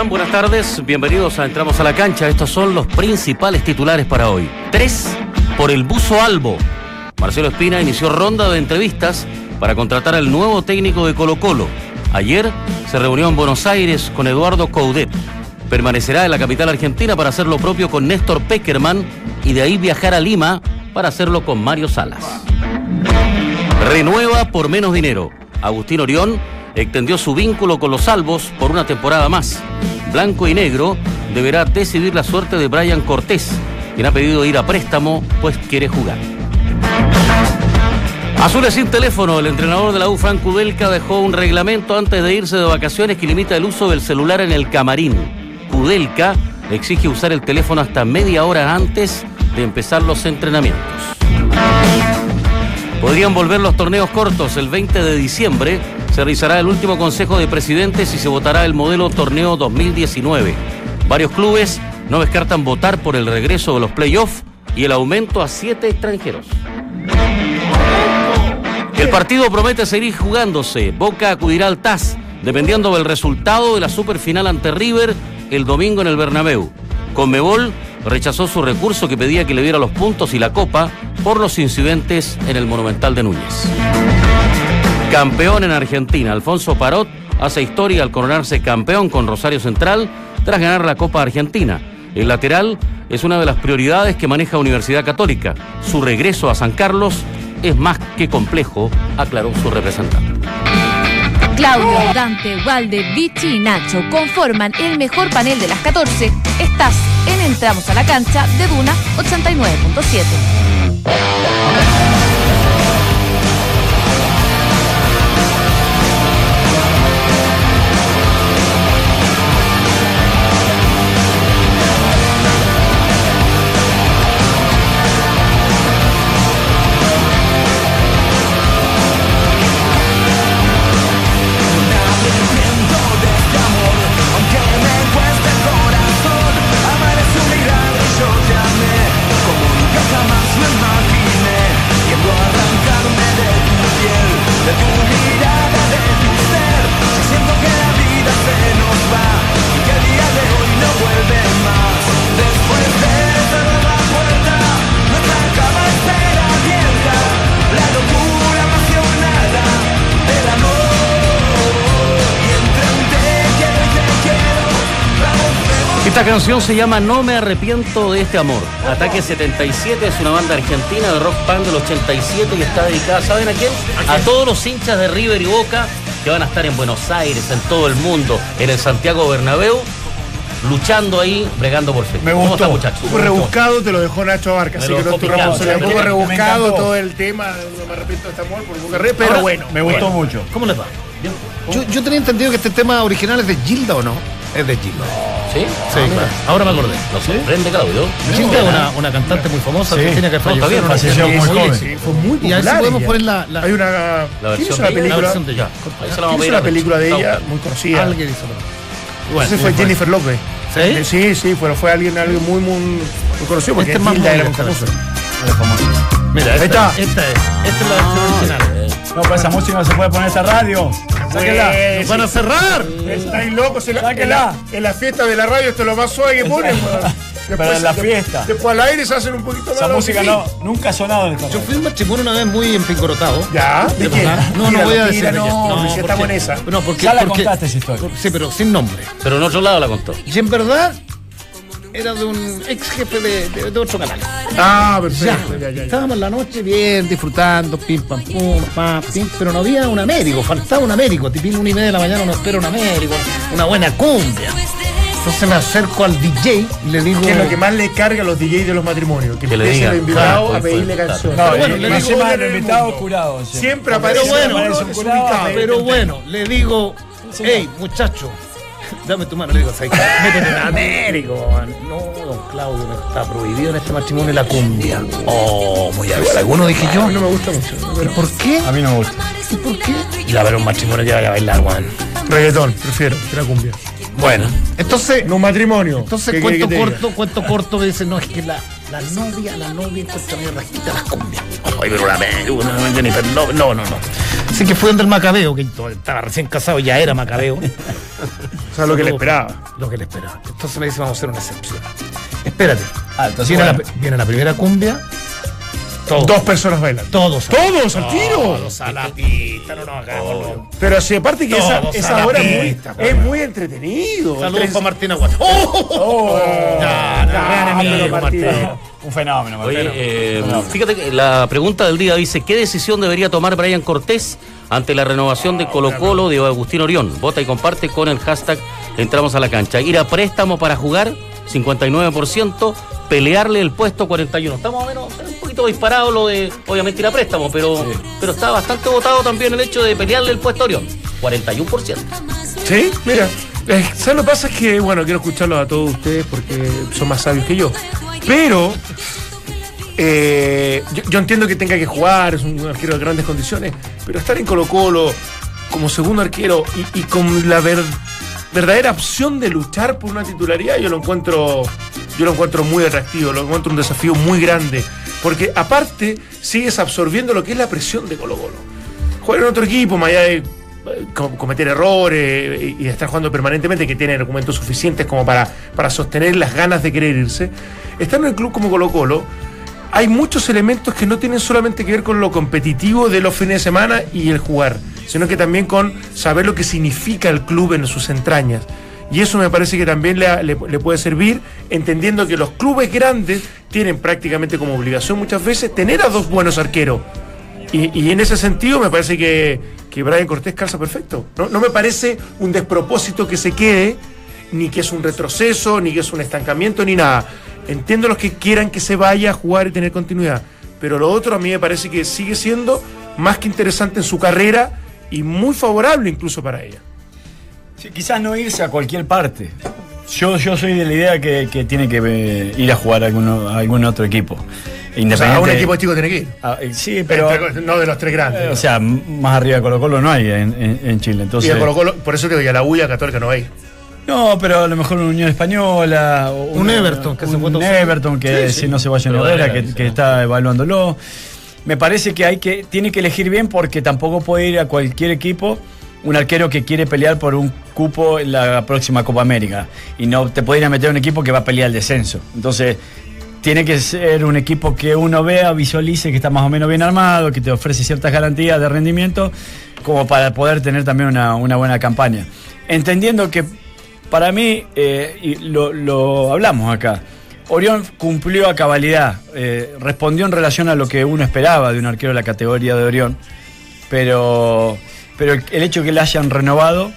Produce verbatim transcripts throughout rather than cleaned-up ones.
están? Buenas tardes, bienvenidos a Entramos a la Cancha. Estos son los principales titulares para hoy. Tres por el buzo Albo. Marcelo Espina inició ronda de entrevistas para contratar al nuevo técnico de Colo-Colo. Ayer se reunió en Buenos Aires con Eduardo Coudet. Permanecerá en la capital argentina para hacer lo propio con Néstor Peckerman y de ahí viajar a Lima para hacerlo con Mario Salas. Renueva por menos dinero. Agustín Orión extendió su vínculo con los Albos por una temporada más. Blanco y negro deberá decidir la suerte de Brian Cortés, quien ha pedido ir a préstamo, pues quiere jugar. Azules sin teléfono. El entrenador de la U, Frank Kudelka, dejó un reglamento antes de irse de vacaciones que limita el uso del celular en el camarín. Kudelka exige usar el teléfono hasta media hora antes de empezar los entrenamientos. Podrían volver los torneos cortos. El veinte de diciembre se realizará el último Consejo de Presidentes y se votará el modelo torneo dos mil diecinueve. Varios clubes no descartan votar por el regreso de los playoffs y el aumento a siete extranjeros. El partido promete seguir jugándose. Boca acudirá al T A S, dependiendo del resultado de la superfinal ante River el domingo en el Bernabéu. Conmebol rechazó su recurso que pedía que le diera los puntos y la copa por los incidentes en el Monumental de Núñez. Campeón en Argentina. Alfonso Parot hace historia al coronarse campeón con Rosario Central tras ganar la Copa Argentina. El lateral es una de las prioridades que maneja Universidad Católica. Su regreso a San Carlos es más que complejo, aclaró su representante. Claudio, Dante, Walde, Vichy y Nacho conforman el mejor panel de las catorce. Estás en Entramos a la Cancha de Duna ochenta y nueve punto siete. Esta canción se llama No me arrepiento de este amor. Ataque setenta y siete es una banda argentina de rock punk del ochenta y siete y está dedicada, ¿saben a quién? A todos los hinchas de River y Boca que van a estar en Buenos Aires, en todo el mundo, en el Santiago Bernabéu, luchando ahí, bregando por fe. Me gustó. ¿Cómo está, muchachos? Un poco rebuscado, te lo dejó Nacho Abarca, así que no es tu responsabilidad. Un poco rebuscado todo el tema, no me arrepiento de este amor por Boca River, pero ahora, bueno, me gustó bueno. mucho. ¿Cómo les va? Yo, yo tenía entendido que este tema original es de Gilda, ¿o no? Es de Gilda. ¿Sí? Sí, ah, claro. Ahora me acordé. Lo sorprende, Claudio. Gilda es una, una cantante muy famosa, sí. que tiene que fallecer. No, falleció muy joven. Sí, fue muy popular. Y a ver si podemos ella. poner la, la... Hay una... La versión una película, la versión de ella. ¿Tienes una película de ella muy conocida? Alguien hizo bueno, ese fue Jennifer López. ¿Sí? Sí, sí, pero fue alguien, alguien muy, muy, muy conocido porque este Gilda era muy famosa. Mira, ahí está. Esta es, esta es la versión original. No, pues esa música no se puede poner en esta radio. Sáquela. ¡Nos van a cerrar! Estáis locos. En la, en, la, en la fiesta de la radio esto es lo más suave que ponen. Pero en la fiesta. De, después al aire se hacen un poquito más. Esa música no, nunca ha sonado en el Yo fui a un matrimonio una vez muy empincorotado. ¿Ya? ¿De quién? No, no voy a decir. No, no, si estamos en esa. No, porque, ya la porque, contaste esa historia. Sí, pero sin nombre. Pero en otro lado la contó. Y en verdad era de un ex jefe de, de, de otro canal. Ah, perfecto. Ya, ya, ya. Estábamos en la noche bien, disfrutando, pim, pam, pum, pam, pim, pero no había un Américo, faltaba un Américo. Tipín una y media de la mañana uno espera un Américo, una buena cumbia. Entonces me acerco al D J y le digo... Que es lo que más le carga a los D Js de los matrimonios, que, que le empiecen digan, los invitados claro, a pedirle claro. canciones. No, pero bueno, le le digo digo al invitado curado. Siempre, Siempre, siempre aparece pero bueno, uno un desubicado. curado, Pero bueno, le digo, hey, muchacho, dame tu mano. Le digo, métete en Américo. No, don Claudio, me está prohibido en este matrimonio la cumbia. Oh, muy a ver. Alguno dije yo. No me gusta mucho. ¿Y por qué? A mí no me gusta. ¿Y por qué? Y a ver, un matrimonio que vaya a bailar, Juan. Reggaetón, prefiero que la cumbia. Bueno, entonces... En un matrimonio. Entonces, cuento corto, cuento corto, me dice, no, es que la, la novia, la novia encuentra medio rasquita las cumbias. Ay, pero una una Jennifer, no, no, no, no. Así que fue donde el Macabeo, que estaba recién casado, ya era Macabeo. O sea, lo que le esperaba. Lo que le esperaba. Entonces me dice, vamos a hacer una excepción. Espérate. Ah, entonces, viene, bueno. la, viene la primera cumbia. Todos. Dos personas bailan. Todos. Todos al tiro. Todos a la pista, no nos hagamos. No. Pero si aparte que esa, Todos a esa la hora es muy, pista, es muy entretenido. Saludos Tres- para Martín Aguado. ¡Oh! Oh, Ya, no, ya, no, pero amigo, Martín. Martín. Un fenómeno, Oye, Marcelo. eh, Un fenómeno. fíjate que la pregunta del día dice: ¿qué decisión debería tomar Brian Cortés ante la renovación de Colo Colo de Agustín Orión? Vota y comparte con el hashtag Entramos a la Cancha. Ir a préstamo para jugar, cincuenta y nueve por ciento. Pelearle el puesto, cuarenta y uno por ciento. Está más o menos un poquito disparado lo de, obviamente, ir a préstamo, pero, Sí. pero está bastante votado también el hecho de pelearle el puesto a Orión, cuarenta y uno por ciento. Sí, mira. Eh, ¿Sabes lo que pasa? Es que, bueno, quiero escucharlos a todos ustedes porque son más sabios que yo. Pero eh, yo, yo entiendo que tenga que jugar, es un arquero de grandes condiciones, pero estar en Colo Colo como segundo arquero y, y con la ver- verdadera opción de luchar por una titularidad, yo lo encuentro, yo lo encuentro muy atractivo, lo encuentro un desafío muy grande, porque aparte sigues absorbiendo lo que es la presión de Colo Colo. Jugar en otro equipo, más allá de com- cometer errores y, y estar jugando permanentemente, que tiene argumentos suficientes como para, para sostener las ganas de querer irse, estar en un club como Colo Colo, hay muchos elementos que no tienen solamente que ver con lo competitivo de los fines de semana y el jugar, sino que también con saber lo que significa el club en sus entrañas. Y eso me parece que también le, le, le puede servir, entendiendo que los clubes grandes tienen prácticamente como obligación muchas veces tener a dos buenos arqueros. Y, y en ese sentido me parece que, que Brian Cortés calza perfecto. No, no me parece un despropósito que se quede, ni que es un retroceso, ni que es un estancamiento, ni nada. Entiendo los que quieran que se vaya a jugar y tener continuidad, pero lo otro a mí me parece que sigue siendo más que interesante en su carrera y muy favorable incluso para ella. Sí, quizás no irse a cualquier parte. Yo, yo soy de la idea que, que tiene que eh, ir a jugar a, alguno, a algún otro equipo. O sea, a un equipo chico tiene que ir. Ah, eh, sí, pero. Entre- no de los tres grandes. eh, o sea, m- más arriba de Colo Colo no hay en, en- en Chile. y Entonces, de Colo Colo, por eso te digo, y a la U y a Católica no hay. no, pero a lo mejor una Unión Española. o Un Everton, que se un puede usar. Everton, que Sí, sí. si no se vaya en Pero Herrera, vale, que, sí. que está evaluándolo. Me parece que hay que tiene que elegir bien porque tampoco puede ir a cualquier equipo un arquero que quiere pelear por un cupo en la próxima Copa América. Y no te puede ir a meter a un equipo que va a pelear el descenso. Entonces, tiene que ser un equipo que uno vea, visualice que está más o menos bien armado, que te ofrece ciertas garantías de rendimiento, como para poder tener también una, una buena campaña. Entendiendo que para mí, eh, y lo, lo hablamos acá, Orión cumplió a cabalidad, eh, respondió en relación a lo que uno esperaba de un arquero de la categoría de Orión, pero, pero el, el hecho de que le hayan renovado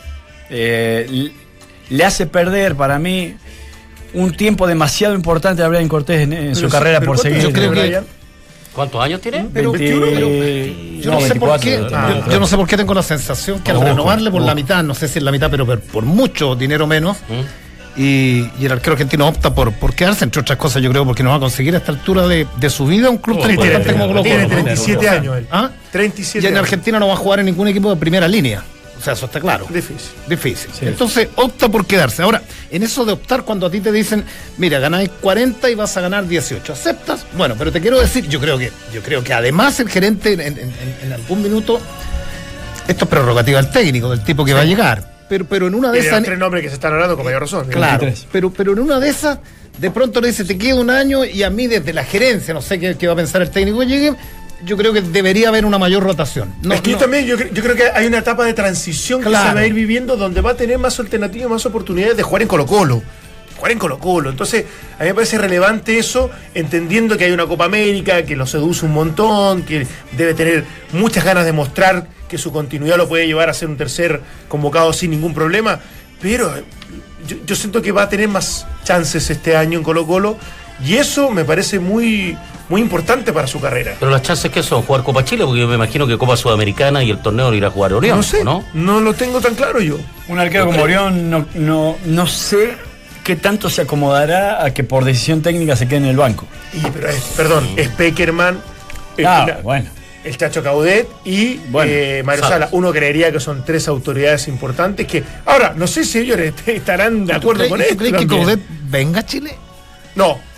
eh, le hace perder para mí un tiempo demasiado importante a Brian Cortés en, en su Pero sí, carrera pero por ¿cuánto seguir. yo creo que- Brian? ¿Cuántos años tiene? Pero- veinte, pero- Yo no, sé por qué, veinticuatro, yo, yo no sé por qué tengo la sensación que al Ojo, renovarle por ojo. la mitad, no sé si es la mitad, pero por, por mucho dinero menos, ¿Mm? y, y el arquero argentino opta por, por quedarse, entre otras cosas, yo creo, porque no va a conseguir a esta altura de, de su vida un club tan Sí, tiene, importante como Colo tiene Colo. treinta y siete años él. ¿Ah? treinta y Y siete en años. Argentina no va a jugar en ningún equipo de primera línea. O sea, eso está claro. Difícil. Difícil. Sí. Entonces opta por quedarse. Ahora, en eso de optar, cuando a ti te dicen, mira, ganáis cuarenta y vas a ganar dieciocho, ¿aceptas? Bueno, pero te quiero decir, yo creo que, yo creo que además el gerente en, en- en- en algún minuto, esto es prerrogativa del técnico, del tipo que va a llegar. Pero, pero en una de Tiene esas. los tres nombres que se están hablando con mayor razón. Claro, veintitrés. pero, pero en una de esas, de pronto le dice, te queda un año y a mí desde la gerencia, no sé qué, qué va a pensar el técnico que llegue, yo creo que debería haber una mayor rotación. No, es que yo no. también, yo, cre- yo creo que hay una etapa de transición que Claro. se va a ir viviendo donde va a tener más alternativas, más oportunidades de jugar en Colo Colo. Jugar en Colo Colo. Entonces, a mí me parece relevante eso, entendiendo que hay una Copa América, que lo seduce un montón, que debe tener muchas ganas de mostrar que su continuidad lo puede llevar a ser un tercer convocado sin ningún problema. Pero eh, yo, yo siento que va a tener más chances este año en Colo Colo, y eso me parece muy, muy importante para su carrera. Pero las chances que son jugar Copa Chile, porque yo me imagino que Copa Sudamericana y el torneo lo irá a jugar Orión, No sé, ¿o ¿no? no lo tengo tan claro yo. Un arquero como Orión no, no, no sé qué tanto se acomodará a que por decisión técnica se quede en el banco. Y, pero es, perdón, es Peckerman, el, Ah, la- bueno. el Chacho Caudet y Bueno, eh, Mario Salas. Sala. Uno creería que son tres autoridades importantes que. Ahora, no sé si ellos est- estarán de ¿Tú acuerdo crees- con tú esto. crees que también. Coudet venga a Chile? No,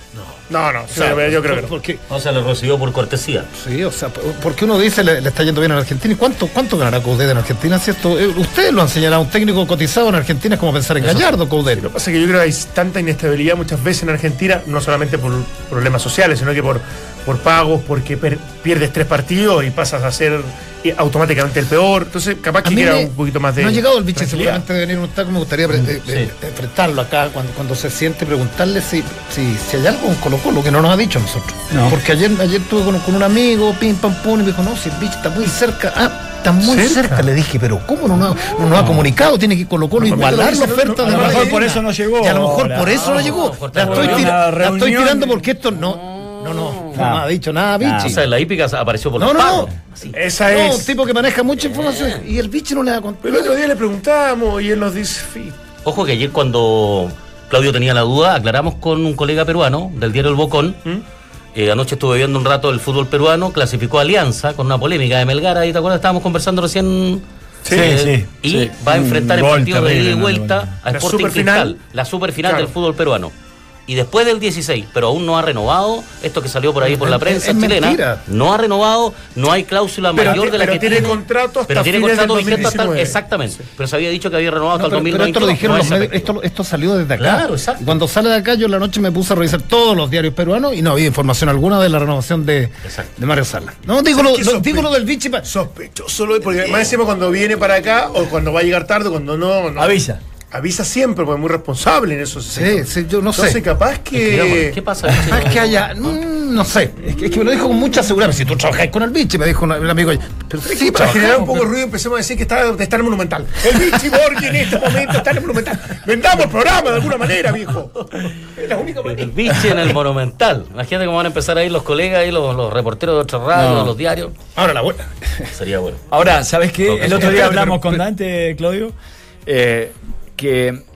No, no, O sea, yo creo que no. porque, No se lo recibió por cortesía. sí, o sea, porque uno dice le, le está yendo bien a la Argentina. ¿Y cuánto, cuánto ganará Coudet en Argentina? ¿Cierto? Eh, ustedes lo han señalado, un técnico cotizado en Argentina es como pensar en Gallardo, Coudet. Lo que pasa es que yo creo que hay tanta inestabilidad muchas veces en Argentina, no solamente por problemas sociales, sino que por, por pagos, porque per, pierdes tres partidos y pasas a ser eh, automáticamente el peor. Entonces, capaz que quiera un poquito más de. No ha llegado el bicho tranquilidad. seguramente de venir un taco. Me gustaría pre- eh, Sí. eh, enfrentarlo acá cuando, cuando se siente, preguntarle si, si, si hay algo con Colo Colo que no nos ha dicho a nosotros. No. Porque ayer, ayer estuve con, con un amigo, pim pam pum, y me dijo, no, si el bicho está muy cerca. Ah, está muy cerca. ¿Cerca? Le dije, pero ¿cómo no, nos ha- no nos ha comunicado? Tiene que Colo Colo No, igualar no, la no, oferta no, de no, a lo mejor Maradona. por eso no llegó. Y a lo mejor por Ahora, eso no, no, llegó. por La estoy, una tira- la estoy reunión. tirando porque esto no. No, no, no, Ah. ha dicho nada, bicho. O sea, la hípica apareció por No, los no, pagos. no. Así. Esa No, es. un tipo que maneja mucha información y el bicho no le da contar. Pero el otro día le preguntamos y él nos dice. "Fi, Ojo que ayer cuando Claudio tenía la duda, aclaramos con un colega peruano del diario El Bocón. ¿Mm? Eh, anoche estuve viendo un rato el fútbol peruano, clasificó a Alianza con una polémica de Melgar, ahí te acuerdas, estábamos conversando recién. Sí, Eh, sí, Y sí. va a enfrentar Un el gol partido de terrible, ida y ¿no? vuelta a La Sporting superfinal. Cristal, la superfinal Claro. del fútbol peruano. Y después del dieciséis, pero aún no ha renovado, esto que salió por ahí por la Es- prensa es chilena, mentira. no ha renovado, no hay cláusula Pero mayor ti- de la pero que tiene contrato hasta pero tiene fines contrato del vigente hasta el- dos mil diecinueve. exactamente, pero se había dicho que había renovado No, hasta el pero, dos mil pero esto lo veintiuno. dijeron no los es medios, efectivo. esto, esto salió desde acá. Claro, exacto. Cuando sale de acá yo en la noche me puse a revisar todos los diarios peruanos y no había información alguna de la renovación de, Exacto. de Mario Sala. No, digo lo, ¿Sabes qué lo- sospe- digo lo del bichi. pa- Sospechoso lo porque más encima cuando viene para acá o cuando va a llegar tarde, cuando no. no Avisa. Avisa siempre, porque es muy responsable en eso. Sí, sí, yo no Entonces, sé. capaz Digamos, que. ¿qué pasa? Ah, es que haya, mm, no sé, es que, es que me lo dijo con mucha seguridad. Si tú trabajáis con el bichi, me dijo un, un amigo. Pero Sí, sí, para generar un trabajamos, poco de pero- ruido empecemos a decir que está, está en el Monumental. El Vichy Borghi en este momento está en el Monumental. Vendamos el programa de alguna manera, viejo. Es la única manera. El biche en el Monumental. Imagínate cómo van a empezar a ir los colegas y los, los reporteros de otras radios, No. de los diarios. Ahora la buena. Sería bueno. Ahora, ¿sabes qué? Ok. El otro día Espérate, hablamos pero- con Dante, Claudio, eh, que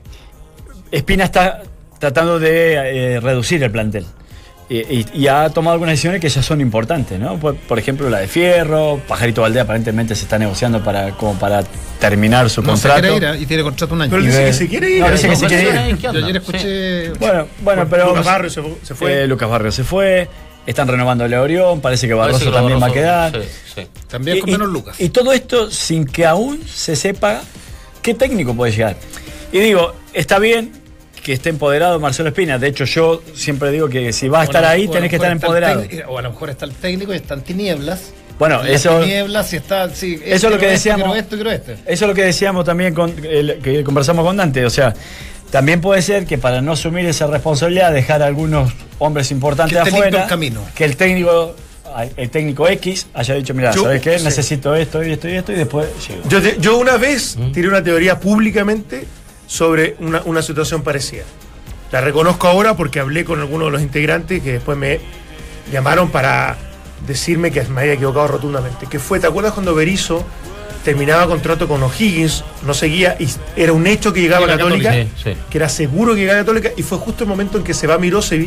Espina está tratando de eh, reducir el plantel. Y, y- y ha tomado algunas decisiones que ya son importantes, ¿no? Por, por ejemplo, la de Fierro, Pajarito Valdés aparentemente se está negociando para, como para terminar su No se contrato. quiere ir ah, y tiene contrato un año. Pero él Y dice ve- que se quiere ir. No, dice que se quiere ir. ¿Qué Yo onda? ayer Sí. escuché. Bueno, bueno, pero Lucas Barrios se, fu- se fue. eh, Lucas Barrios se fue, están renovando a Leorión, parece que Parece Barroso que lo también va a Barroso- quedar. sí, sí. También con Y- menos y- lucas. Y todo esto sin que aún se sepa qué técnico puede llegar. Y digo, está bien que esté empoderado Marcelo Espina. De hecho, yo siempre digo que si vas a estar O ahí, lo tenés que mejor estar está el empoderado. técnico, O a lo mejor está el técnico y está en tinieblas. Bueno, En las eso, tinieblas y está. Sí, eso es lo que quiero decíamos. Esto, quiero esto, quiero esto. Eso es lo que decíamos también con el- que conversamos con Dante. O sea, también puede ser que para no asumir esa responsabilidad, dejar a algunos hombres importantes Que esté limpio afuera, el camino. que el técnico, el técnico X haya dicho, mira, Yo- ¿sabes qué? sí. Necesito esto y esto y esto y después llego. Yo, te- yo una vez tiré una teoría públicamente sobre una, una situación parecida. La reconozco ahora porque hablé con algunos de los integrantes que después me llamaron para decirme que me había equivocado rotundamente. Que fue, ¿te acuerdas cuando Berizzo terminaba contrato con O'Higgins, no seguía y era un hecho que llegaba a Iba a Católica, Católica, sí, sí. que era seguro que llegaba a Católica y fue justo el momento en que se va Mirosevic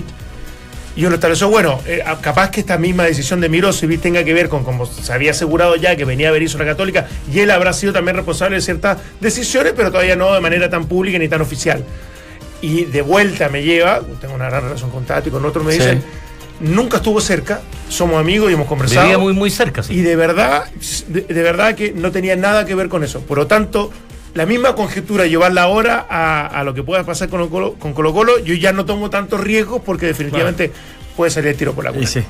y uno estableció, bueno, eh, capaz que esta misma decisión de Mirosevic tenga que ver con como se había asegurado ya que venía Berizzo a la Católica y él habrá sido también responsable de ciertas decisiones, pero todavía no de manera tan pública ni tan oficial. Y de vuelta me lleva, tengo una gran relación con Tato y con otros me Sí. dicen, nunca estuvo cerca, somos amigos y hemos conversado. Vivía muy, muy cerca, sí. Y de verdad, de, de verdad que no tenía nada que ver con eso. Por lo tanto, la misma conjetura, llevarla ahora a, a lo que pueda pasar con Colo, con Colo Colo, yo ya no tomo tantos riesgos porque definitivamente puede salir el tiro por la Y culata. sí.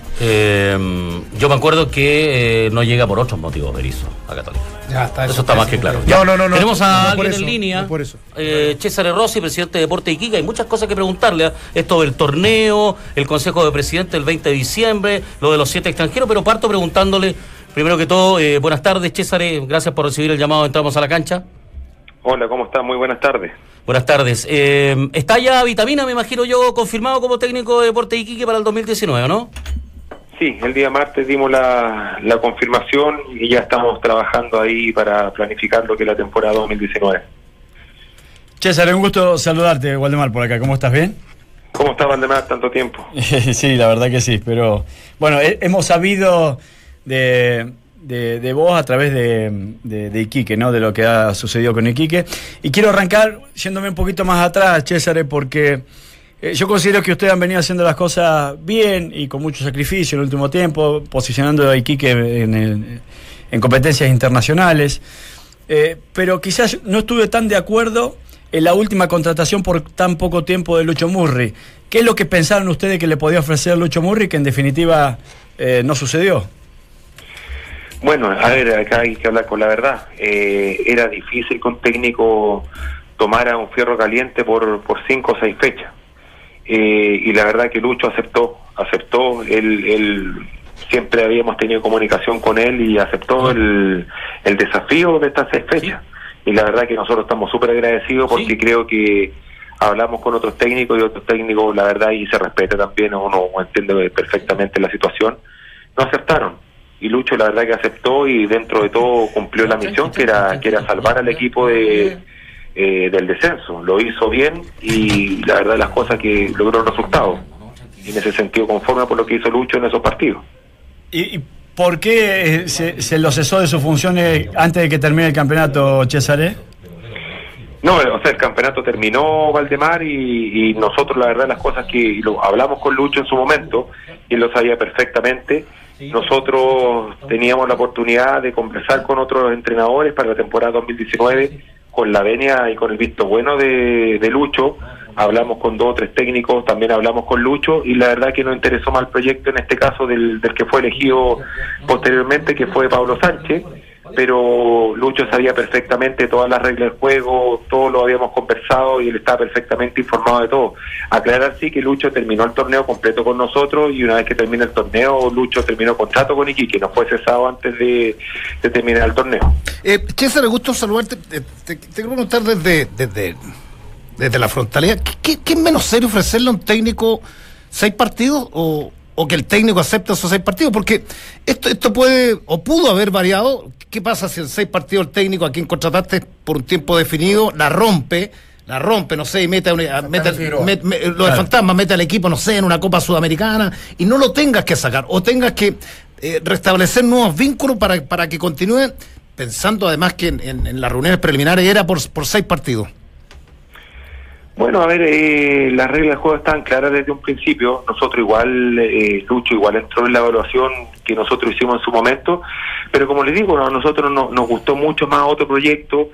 Eh, yo me acuerdo que eh, no llega por otros motivos Berizzo a Católica. Ya está. Eso está más que claro. No, Ya. no, no, no. Tenemos a No por alguien eso, en línea. no por eso. Eh, César Rossi, presidente de Deporte de Iquique. Hay muchas cosas que preguntarle. ¿eh? Esto del torneo, el Consejo de Presidentes el veinte de diciembre, lo de los siete extranjeros, pero parto preguntándole, primero que todo, eh, buenas tardes, César. eh, gracias por recibir el llamado. Entramos a la cancha. Hola, ¿cómo están? Muy buenas tardes. Buenas tardes. Eh, está ya Vitamina, me imagino yo, confirmado como técnico de Deporte de Iquique para el dos mil diecinueve, ¿no? Sí, el día martes dimos la, la confirmación y ya estamos trabajando ahí para planificar lo que es la temporada dos mil diecinueve. César, un gusto saludarte, Waldemar, por acá. ¿Cómo estás? ¿Bien? ¿Cómo está Valdemar tanto tiempo? Sí, la verdad que sí, pero bueno, he- hemos sabido de, de, de vos a través de, de, de Iquique, ¿no? De lo que ha sucedido con Iquique. Y quiero arrancar yéndome un poquito más atrás, César, porque Eh, yo considero que ustedes han venido haciendo las cosas bien y con mucho sacrificio en el último tiempo, posicionando a Iquique en, en, en competencias internacionales. Eh, pero quizás no estuve tan de acuerdo en la última contratación por tan poco tiempo de Lucho Murri. ¿Qué es lo que pensaron ustedes que le podía ofrecer Lucho Murri que en definitiva eh, no sucedió? Bueno, a ver, acá hay que hablar con la verdad. Eh, era difícil que un técnico tomara un fierro caliente por, por cinco o seis fechas. Eh, y la verdad que Lucho aceptó, aceptó, él, él siempre habíamos tenido comunicación con él y aceptó el, el desafío de estas seis fechas. Sí. Y la verdad que nosotros estamos súper agradecidos porque sí. Creo que hablamos con otros técnicos y otros técnicos, la verdad, y se respeta también, uno entiende perfectamente la situación, no aceptaron. Y Lucho la verdad que aceptó y dentro de todo cumplió la misión que era que era salvar al equipo de eh, del descenso. Lo hizo bien y la verdad las cosas que logró resultados. Y en ese sentido conforme por lo que hizo Lucho en esos partidos. ¿Y, y por qué se, se lo cesó de sus funciones antes de que termine el campeonato, César? No, o sea, el campeonato terminó, Valdemar, y, y nosotros la verdad las cosas que lo hablamos con Lucho en su momento, y él lo sabía perfectamente. Nosotros teníamos la oportunidad de conversar con otros entrenadores para la temporada dos mil diecinueve, con la venia y con el visto bueno de, de Lucho. Hablamos con dos o tres técnicos, también hablamos con Lucho, y la verdad que nos interesó más el proyecto, en este caso del, del que fue elegido posteriormente, que fue Pablo Sánchez. Pero Lucho sabía perfectamente todas las reglas del juego, todo lo habíamos conversado y él estaba perfectamente informado de todo. Aclarar sí que Lucho terminó el torneo completo con nosotros y una vez que termina el torneo, Lucho terminó contrato con Iquique, no fue cesado antes de, de terminar el torneo. Eh, César, me gusta saludarte. Te, te, te quiero preguntar desde, desde, desde la frontalidad, ¿qué, ¿qué es menos serio ofrecerle a un técnico seis partidos o, o que el técnico acepte esos seis partidos? Porque esto, esto puede o pudo haber variado. ¿Qué pasa si en seis partidos el técnico a quien contrataste por un tiempo definido la rompe, la rompe, no sé, y mete, una, mete met, met, lo de claro. Fantasma, mete al equipo, no sé, en una Copa Sudamericana y no lo tengas que sacar o tengas que eh, restablecer nuevos vínculos para, para que continúe, pensando además que en, en, en las reuniones preliminares era por, por seis partidos? Bueno, a ver, eh, las reglas del juego están claras desde un principio. Nosotros igual, eh, Lucho igual entró en la evaluación que nosotros hicimos en su momento, pero como les digo, a nosotros no, nos gustó mucho más otro proyecto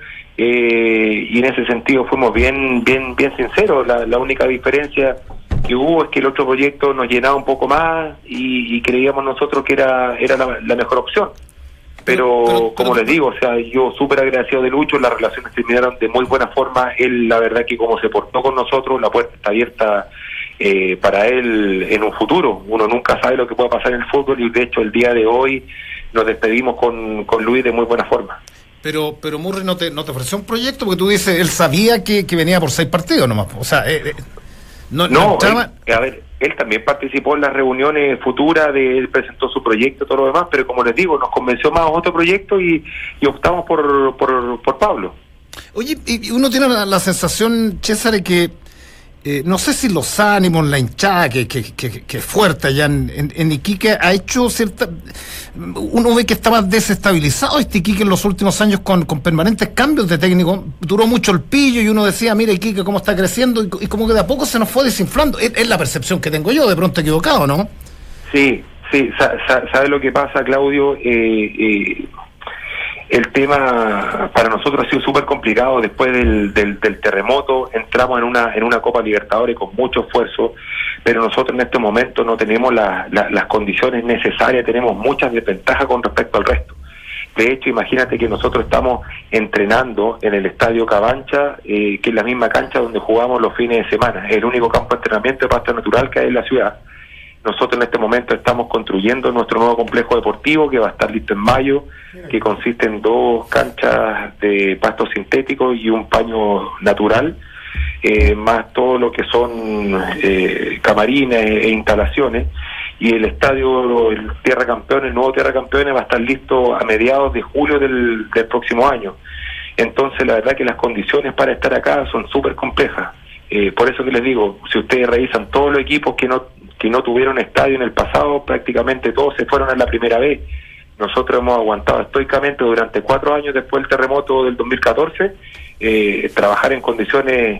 eh, y en ese sentido fuimos bien bien bien sinceros. La, la única diferencia que hubo es que el otro proyecto nos llenaba un poco más y, y creíamos nosotros que era, era la, la mejor opción. Pero, pero, pero como pero, les digo, o sea, yo súper agradecido de Lucho, las relaciones terminaron de muy buena forma. Él, la verdad que como se portó con nosotros, la puerta está abierta eh, para él en un futuro. Uno nunca sabe lo que pueda pasar en el fútbol y de hecho el día de hoy nos despedimos con, con Luis de muy buena forma. Pero pero Murri no te, no te ofreció un proyecto porque tú dices, él sabía que, que venía por seis partidos nomás. O sea, eh, eh, no, no, no entraba... él, a ver, él también participó en las reuniones futuras, de, él presentó su proyecto y todo lo demás, pero como les digo, nos convenció más otro proyecto y, y optamos por, por, por Pablo. Oye, y uno tiene la, la sensación, César, de que eh, no sé si los ánimos, la hinchada que, que, que, que es fuerte allá en, en, en Iquique ha hecho cierta... Uno ve que estaba desestabilizado este Iquique en los últimos años con, con permanentes cambios de técnico. Duró mucho el pillo y uno decía, mira Iquique cómo está creciendo y, y como que de a poco se nos fue desinflando. Es, es la percepción que tengo yo, de pronto equivocado, ¿no? Sí, sí, sa, sa, ¿sabe lo que pasa, Claudio? Eh, eh, el tema para nosotros ha sido súper complicado después del, del, del terremoto. Entramos en una en una Copa Libertadores con mucho esfuerzo, pero nosotros en este momento no tenemos la, la, las condiciones necesarias, tenemos muchas desventajas con respecto al resto. De hecho, imagínate que nosotros estamos entrenando en el Estadio Cabancha, eh, que es la misma cancha donde jugamos los fines de semana. Es el único campo de entrenamiento de pasto natural que hay en la ciudad. Nosotros en este momento estamos construyendo nuestro nuevo complejo deportivo que va a estar listo en mayo, que consiste en dos canchas de pasto sintético y un paño natural, eh, más todo lo que son eh, camarines e instalaciones. Y el estadio, el Tierra Campeones, el nuevo Tierra Campeones va a estar listo a mediados de julio del, del próximo año. Entonces la verdad que las condiciones para estar acá son súper complejas. Eh, por eso que les digo, si ustedes revisan todos los equipos que no que no tuvieron estadio en el pasado, prácticamente todos se fueron a la primera vez. Nosotros hemos aguantado estoicamente durante cuatro años después del terremoto del dos mil catorce, eh, trabajar en condiciones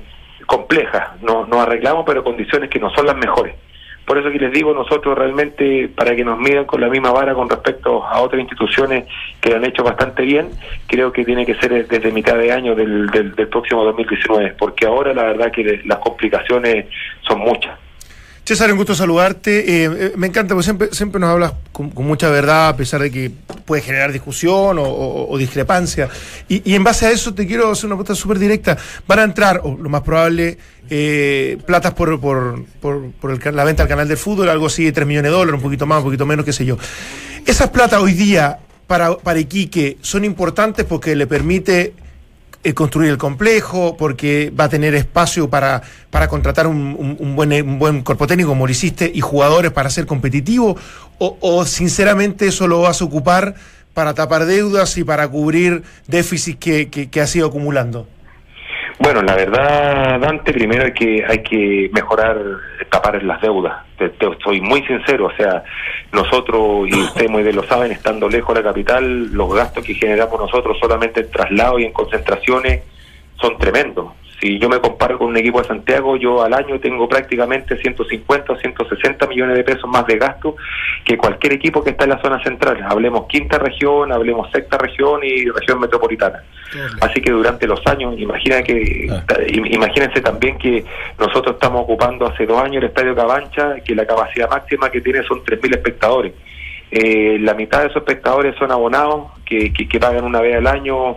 complejas, no, nos arreglamos, pero condiciones que no son las mejores. Por eso que les digo, nosotros realmente, para que nos midan con la misma vara con respecto a otras instituciones que lo han hecho bastante bien, creo que tiene que ser desde mitad de año del, del, del próximo dos mil diecinueve, porque ahora la verdad que las complicaciones son muchas. César, un gusto saludarte. Eh, me encanta, porque siempre, siempre nos hablas con, con mucha verdad, a pesar de que puede generar discusión o, o, o discrepancia. Y, y en base a eso te quiero hacer una pregunta súper directa. Van a entrar, o lo más probable, eh, platas por, por, por, por el, la venta al canal del fútbol, algo así de tres millones de dólares, un poquito más, un poquito menos, qué sé yo. Esas platas hoy día para, para Iquique son importantes porque le permite construir el complejo, porque va a tener espacio para, para contratar un, un, un, buen, un buen cuerpo técnico, como lo hiciste, y jugadores para ser competitivo, o, o sinceramente eso lo vas a ocupar para tapar deudas y para cubrir déficits que, que, que has ido acumulando. Bueno, la verdad, Dante, primero hay que hay que mejorar, tapar las deudas. Te, te, soy muy sincero, o sea, nosotros, y ustedes muy bien lo saben, estando lejos de la capital, los gastos que generamos nosotros solamente en traslado y en concentraciones son tremendos. Si yo me comparo con un equipo de Santiago, yo al año tengo prácticamente ciento cincuenta o ciento sesenta millones de pesos más de gasto que cualquier equipo que está en la zona central. Hablemos quinta región, hablemos sexta región y región metropolitana. Así que durante los años, imagina que, ah. imagínense también que nosotros estamos ocupando hace dos años el Estadio Cabancha, que la capacidad máxima que tiene son tres mil espectadores. Eh, la mitad de esos espectadores son abonados, que, que, que pagan una vez al año,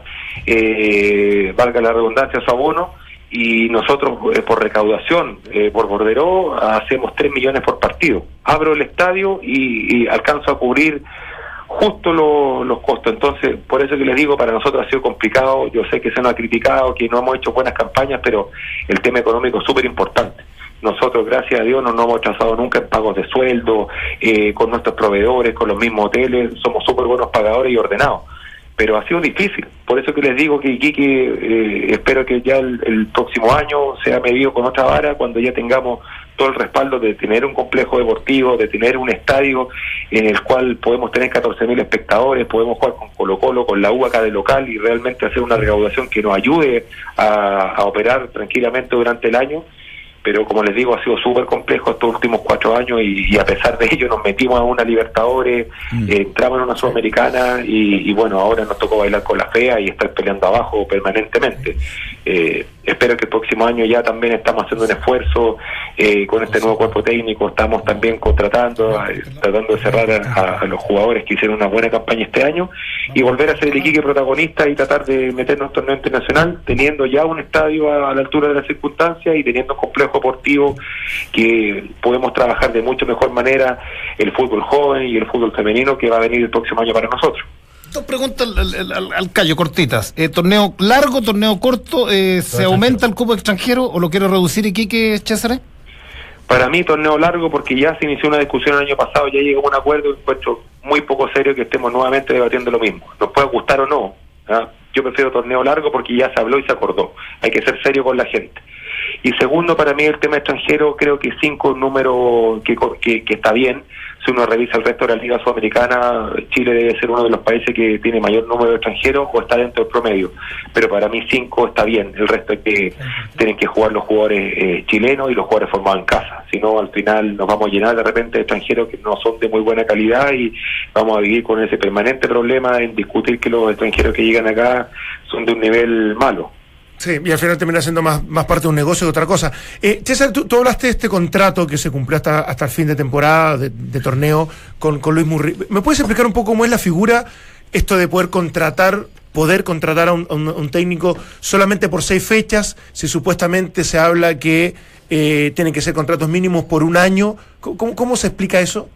eh, valga la redundancia, su abono. Y nosotros eh, por recaudación, eh, por Borderó, hacemos tres millones por partido. Abro el estadio y, y alcanzo a cubrir justo lo, los costos. Entonces, por eso que les digo, para nosotros ha sido complicado. Yo sé que se nos ha criticado, que no hemos hecho buenas campañas, pero el tema económico es súper importante. Nosotros, gracias a Dios, no nos hemos atrasado nunca en pagos de sueldo, eh, con nuestros proveedores, con los mismos hoteles. Somos súper buenos pagadores y ordenados. Pero ha sido difícil, por eso que les digo que Iquique, eh, espero que ya el, el próximo año sea medido con otra vara, cuando ya tengamos todo el respaldo de tener un complejo deportivo, de tener un estadio en el cual podemos tener catorce mil espectadores, podemos jugar con Colo Colo, con la U acá de local y realmente hacer una recaudación que nos ayude a, a operar tranquilamente durante el año. Pero como les digo, ha sido súper complejo estos últimos cuatro años y, y a pesar de ello nos metimos a una Libertadores, mm. eh, entramos en una Sudamericana y, y bueno, ahora nos tocó bailar con la fea y estar peleando abajo permanentemente. Eh, espero que el próximo año ya también estamos haciendo un esfuerzo eh, con este nuevo cuerpo técnico, estamos también contratando, eh, tratando de cerrar a, a los jugadores que hicieron una buena campaña este año y volver a ser el Iquique protagonista y tratar de meternos en un torneo internacional, teniendo ya un estadio a, a la altura de las circunstancias y teniendo un complejo deportivo que podemos trabajar de mucho mejor manera el fútbol joven y el fútbol femenino que va a venir el próximo año para nosotros. Dos preguntas al, al, al Cayo, cortitas. Eh, ¿Torneo largo, torneo corto? Eh, ¿Se aumenta el cupo extranjero o lo quiere reducir Iquique, César? Para mí torneo largo porque ya se inició una discusión el año pasado, ya llegó a un acuerdo y encuentro muy poco serio que estemos nuevamente debatiendo lo mismo. Nos puede gustar o no, ¿ah? Yo prefiero torneo largo porque ya se habló y se acordó. Hay que ser serio con la gente. Y segundo, para mí el tema extranjero, creo que cinco es un número que, que, que está bien. Si uno revisa el resto de la Liga Sudamericana, Chile debe ser uno de los países que tiene mayor número de extranjeros o está dentro del promedio. Pero para mí cinco está bien. El resto es que tienen que jugar los jugadores eh, chilenos y los jugadores formados en casa. Si no, al final nos vamos a llenar de repente de extranjeros que no son de muy buena calidad y vamos a vivir con ese permanente problema en discutir que los extranjeros que llegan acá son de un nivel malo. Sí, y al final termina siendo más, más parte de un negocio que otra cosa. Eh, César, tú, tú hablaste de este contrato que se cumplió hasta, hasta el fin de temporada, de, de torneo, con, con Luis Murri. ¿Me puedes explicar un poco cómo es la figura, esto de poder contratar, poder contratar a un, a un, a un técnico solamente por seis fechas, si supuestamente se habla que eh, tienen que ser contratos mínimos por un año? ¿Cómo, cómo se explica eso?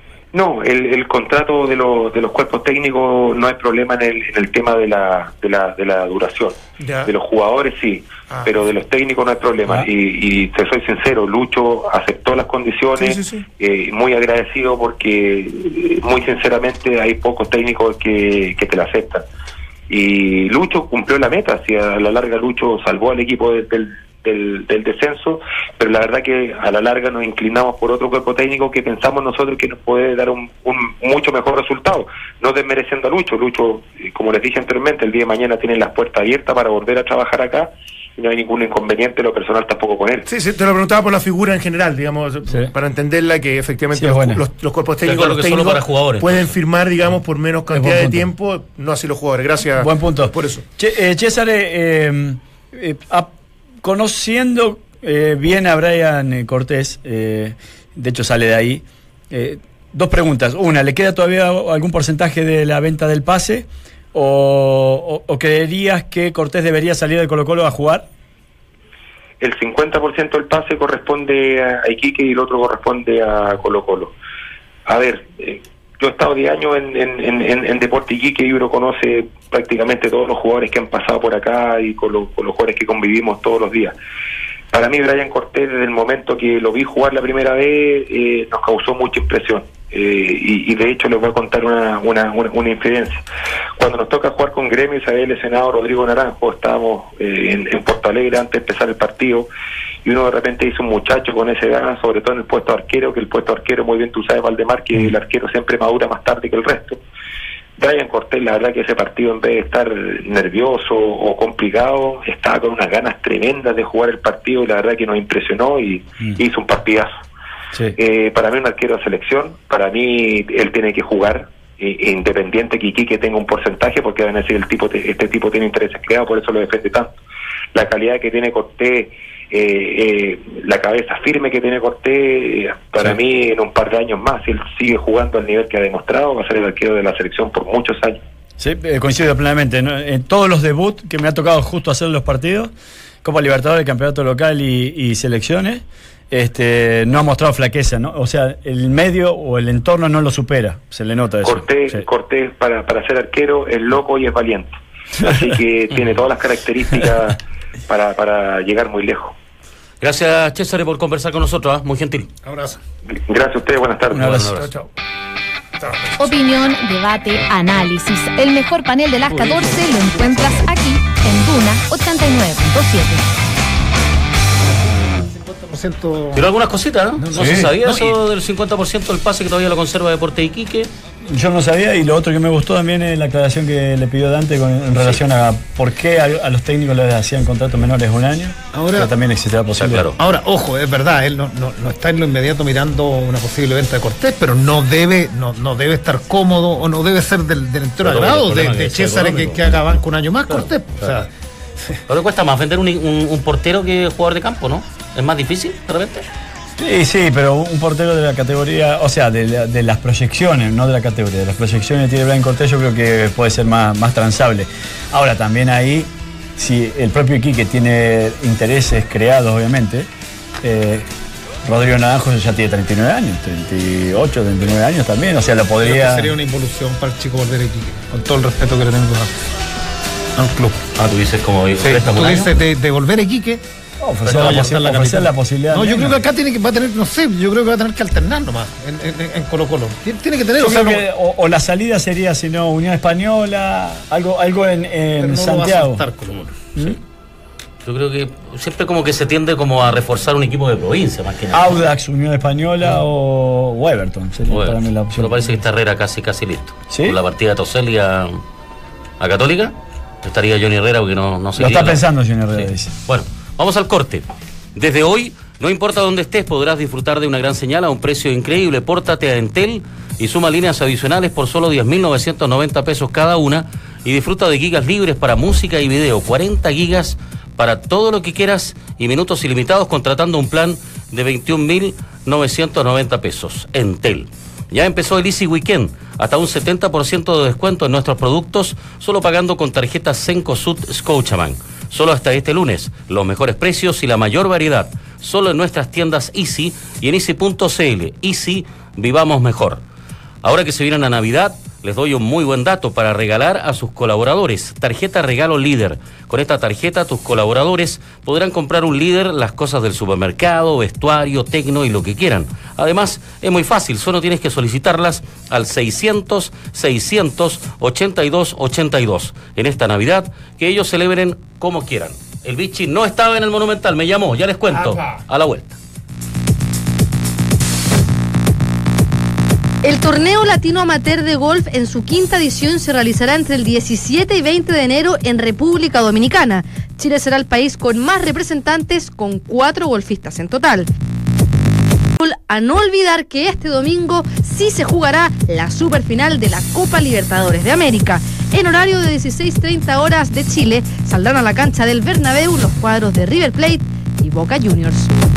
No, el, el contrato de los de los cuerpos técnicos no hay problema en el, en el tema de la de la de la duración. Ya. De los jugadores sí, ah. pero de los técnicos no hay problema. Ah. Y, y te soy sincero, Lucho aceptó las condiciones, sí, sí, sí. Eh, muy agradecido porque muy sinceramente hay pocos técnicos que, que te la aceptan. Y Lucho cumplió la meta, si a la larga Lucho salvó al equipo del, del Del, del descenso, pero la verdad que a la larga nos inclinamos por otro cuerpo técnico que pensamos nosotros que nos puede dar un, un mucho mejor resultado, no desmereciendo a Lucho. Lucho, como les dije anteriormente, el día de mañana tienen las puertas abiertas para volver a trabajar acá y no hay ningún inconveniente, lo personal tampoco con él. Sí, sí, te lo preguntaba por la figura en general, digamos, sí. para entenderla, que efectivamente Sí, los, bueno. los, los cuerpos técnicos, claro los que solo técnicos para jugadores. pueden firmar, digamos, por menos cantidad buen de punto. tiempo, no así los jugadores. Gracias. Buen punto. Por eso. Che, eh, César, eh, eh, a- conociendo eh, bien a Brian eh, Cortés, eh, de hecho sale de ahí, eh, dos preguntas. Una, ¿le queda todavía algún porcentaje de la venta del pase? ¿O, o, o creerías que Cortés debería salir de Colo-Colo a jugar? El cincuenta por ciento del pase corresponde a Iquique y el otro corresponde a Colo-Colo. A ver, eh, yo he estado diez años en, en, en, en Deporte Iquique y uno conoce prácticamente todos los jugadores que han pasado por acá y con, lo, con los jugadores que convivimos todos los días. Para mí, Brian Cortés, desde el momento que lo vi jugar la primera vez, eh, nos causó mucha impresión. Eh, y, y de hecho les voy a contar una, una, una, una infidencia. Cuando nos toca jugar con Gremio, se había lesionado Rodrigo Naranjo, estábamos eh, en, en Porto Alegre antes de empezar el partido, y uno de repente dice un muchacho con ese gana, sobre todo en el puesto de arquero, que el puesto de arquero, muy bien tú sabes, Valdemar, que el arquero siempre madura más tarde que el resto. Brian Cortés, la verdad que ese partido, en vez de estar nervioso o complicado, estaba con unas ganas tremendas de jugar el partido, y la verdad que nos impresionó y mm. hizo un partidazo. Sí. Eh, para mí un arquero de selección, para mí él tiene que jugar, eh, independiente que Iquique tenga un porcentaje, porque van a decir el tipo te, este tipo tiene intereses creados, por eso lo defiende tanto. La calidad que tiene Cortés, eh, eh, la cabeza firme que tiene Cortés, eh, para sí. mí en un par de años más, si él sigue jugando al nivel que ha demostrado, va a ser el arquero de la selección por muchos años. Sí, eh, coincido plenamente, ¿no? En todos los debuts que me ha tocado justo hacer los partidos, Copa Libertadores, Campeonato Local y, y selecciones, Este, no ha mostrado flaqueza, ¿no? O sea, el medio o el entorno no lo supera, se le nota eso. Cortés, sí. Cortés para, para ser arquero es loco y es valiente, así que tiene todas las características para, para llegar muy lejos. Gracias, César, por conversar con nosotros, ¿eh? Muy gentil. Abrazo. Gracias a ustedes, buenas tardes. Un abrazo. Chao, chao. Opinión, debate, análisis. El mejor panel de las catorce lo encuentras aquí en Duna ochenta y nueve punto siete. Pero algunas cositas, ¿no? No Sí. se sabía No, eso y... del cincuenta por ciento del pase que todavía lo conserva Deporte Iquique. Yo no sabía, y lo otro que me gustó también es la aclaración que le pidió Dante con, en relación sí. a por qué a, a los técnicos les hacían contratos menores un año. Ahora también existe la posibilidad. Claro. Ahora, ojo, es verdad, él no, no, no está en lo inmediato mirando una posible venta de Cortés, pero no debe no, no debe estar cómodo o no debe ser del, del entero pero agrado de, de que César que, que haga banco un año más, claro, Cortés. Claro. O sea, pero cuesta más vender un, un, un portero que jugador de campo, ¿no? ¿Es más difícil de repente? Sí, sí, pero un portero de la categoría, o sea, de, de las proyecciones, no de la categoría, de las proyecciones que tiene Brian Cortés, yo creo que puede ser más, más transable. Ahora, también ahí, si el propio Iquique tiene intereses creados, obviamente, eh, Rodrigo Naranjo ya tiene treinta y nueve años, treinta y ocho, treinta y nueve años también, o sea, lo podría... Sería una involución para el chico volver a Iquique, con todo el respeto que le tengo a un club. Ah, tú dices como... Sí, tú dices de, de volver a Iquique... No, ofrecer, la, posi la, ofrecer la posibilidad. No, yo creo que acá tiene que va a tener, no sé, yo creo que va a tener que alternar nomás en, en, en Colo Colo. Tiene que tener, yo o, sea, creo no, que, o, o la salida sería, si no, Unión Española, algo, algo en, en no Santiago. Lo va a Colo -Colo. ¿Mm? Sí. Yo creo que siempre como que se tiende como a reforzar un equipo de provincia más que nada. Audax, Unión Española o, o Everton sería bueno, para mí la opción. Pero parece que está Herrera casi casi listo. ¿Sí? Con la partida de Toselli a, a Católica, estaría Johnny Herrera porque no, no se Lo está la... pensando Johnny Herrera, sí. dice. Bueno, vamos al corte. Desde hoy, no importa dónde estés, podrás disfrutar de una gran señal a un precio increíble. Pórtate a Entel y suma líneas adicionales por solo diez mil novecientos noventa pesos cada una y disfruta de gigas libres para música y video, cuarenta gigas para todo lo que quieras y minutos ilimitados contratando un plan de veintiún mil novecientos noventa pesos. Entel. Ya empezó el Easy Weekend, hasta un setenta por ciento de descuento en nuestros productos, solo pagando con tarjeta Cencosud Scotiabank. Solo hasta este lunes, los mejores precios y la mayor variedad, solo en nuestras tiendas Easy y en easy punto c l. Easy, vivamos mejor. Ahora que se viene la Navidad, les doy un muy buen dato para regalar a sus colaboradores. Tarjeta Regalo Líder. Con esta tarjeta, tus colaboradores podrán comprar un Líder, las cosas del supermercado, vestuario, tecno y lo que quieran. Además, es muy fácil, solo tienes que solicitarlas al seiscientos, seiscientos, ochenta y dos, ochenta y dos. En esta Navidad, que ellos celebren como quieran. El Vichy no estaba en el Monumental, me llamó, ya les cuento. A la vuelta. El torneo latino amateur de golf en su quinta edición se realizará entre el diecisiete y veinte de enero en República Dominicana. Chile será el país con más representantes, con cuatro golfistas en total. A no olvidar que este domingo sí se jugará la superfinal de la Copa Libertadores de América. En horario de dieciséis treinta horas de Chile, saldrán a la cancha del Bernabéu los cuadros de River Plate y Boca Juniors.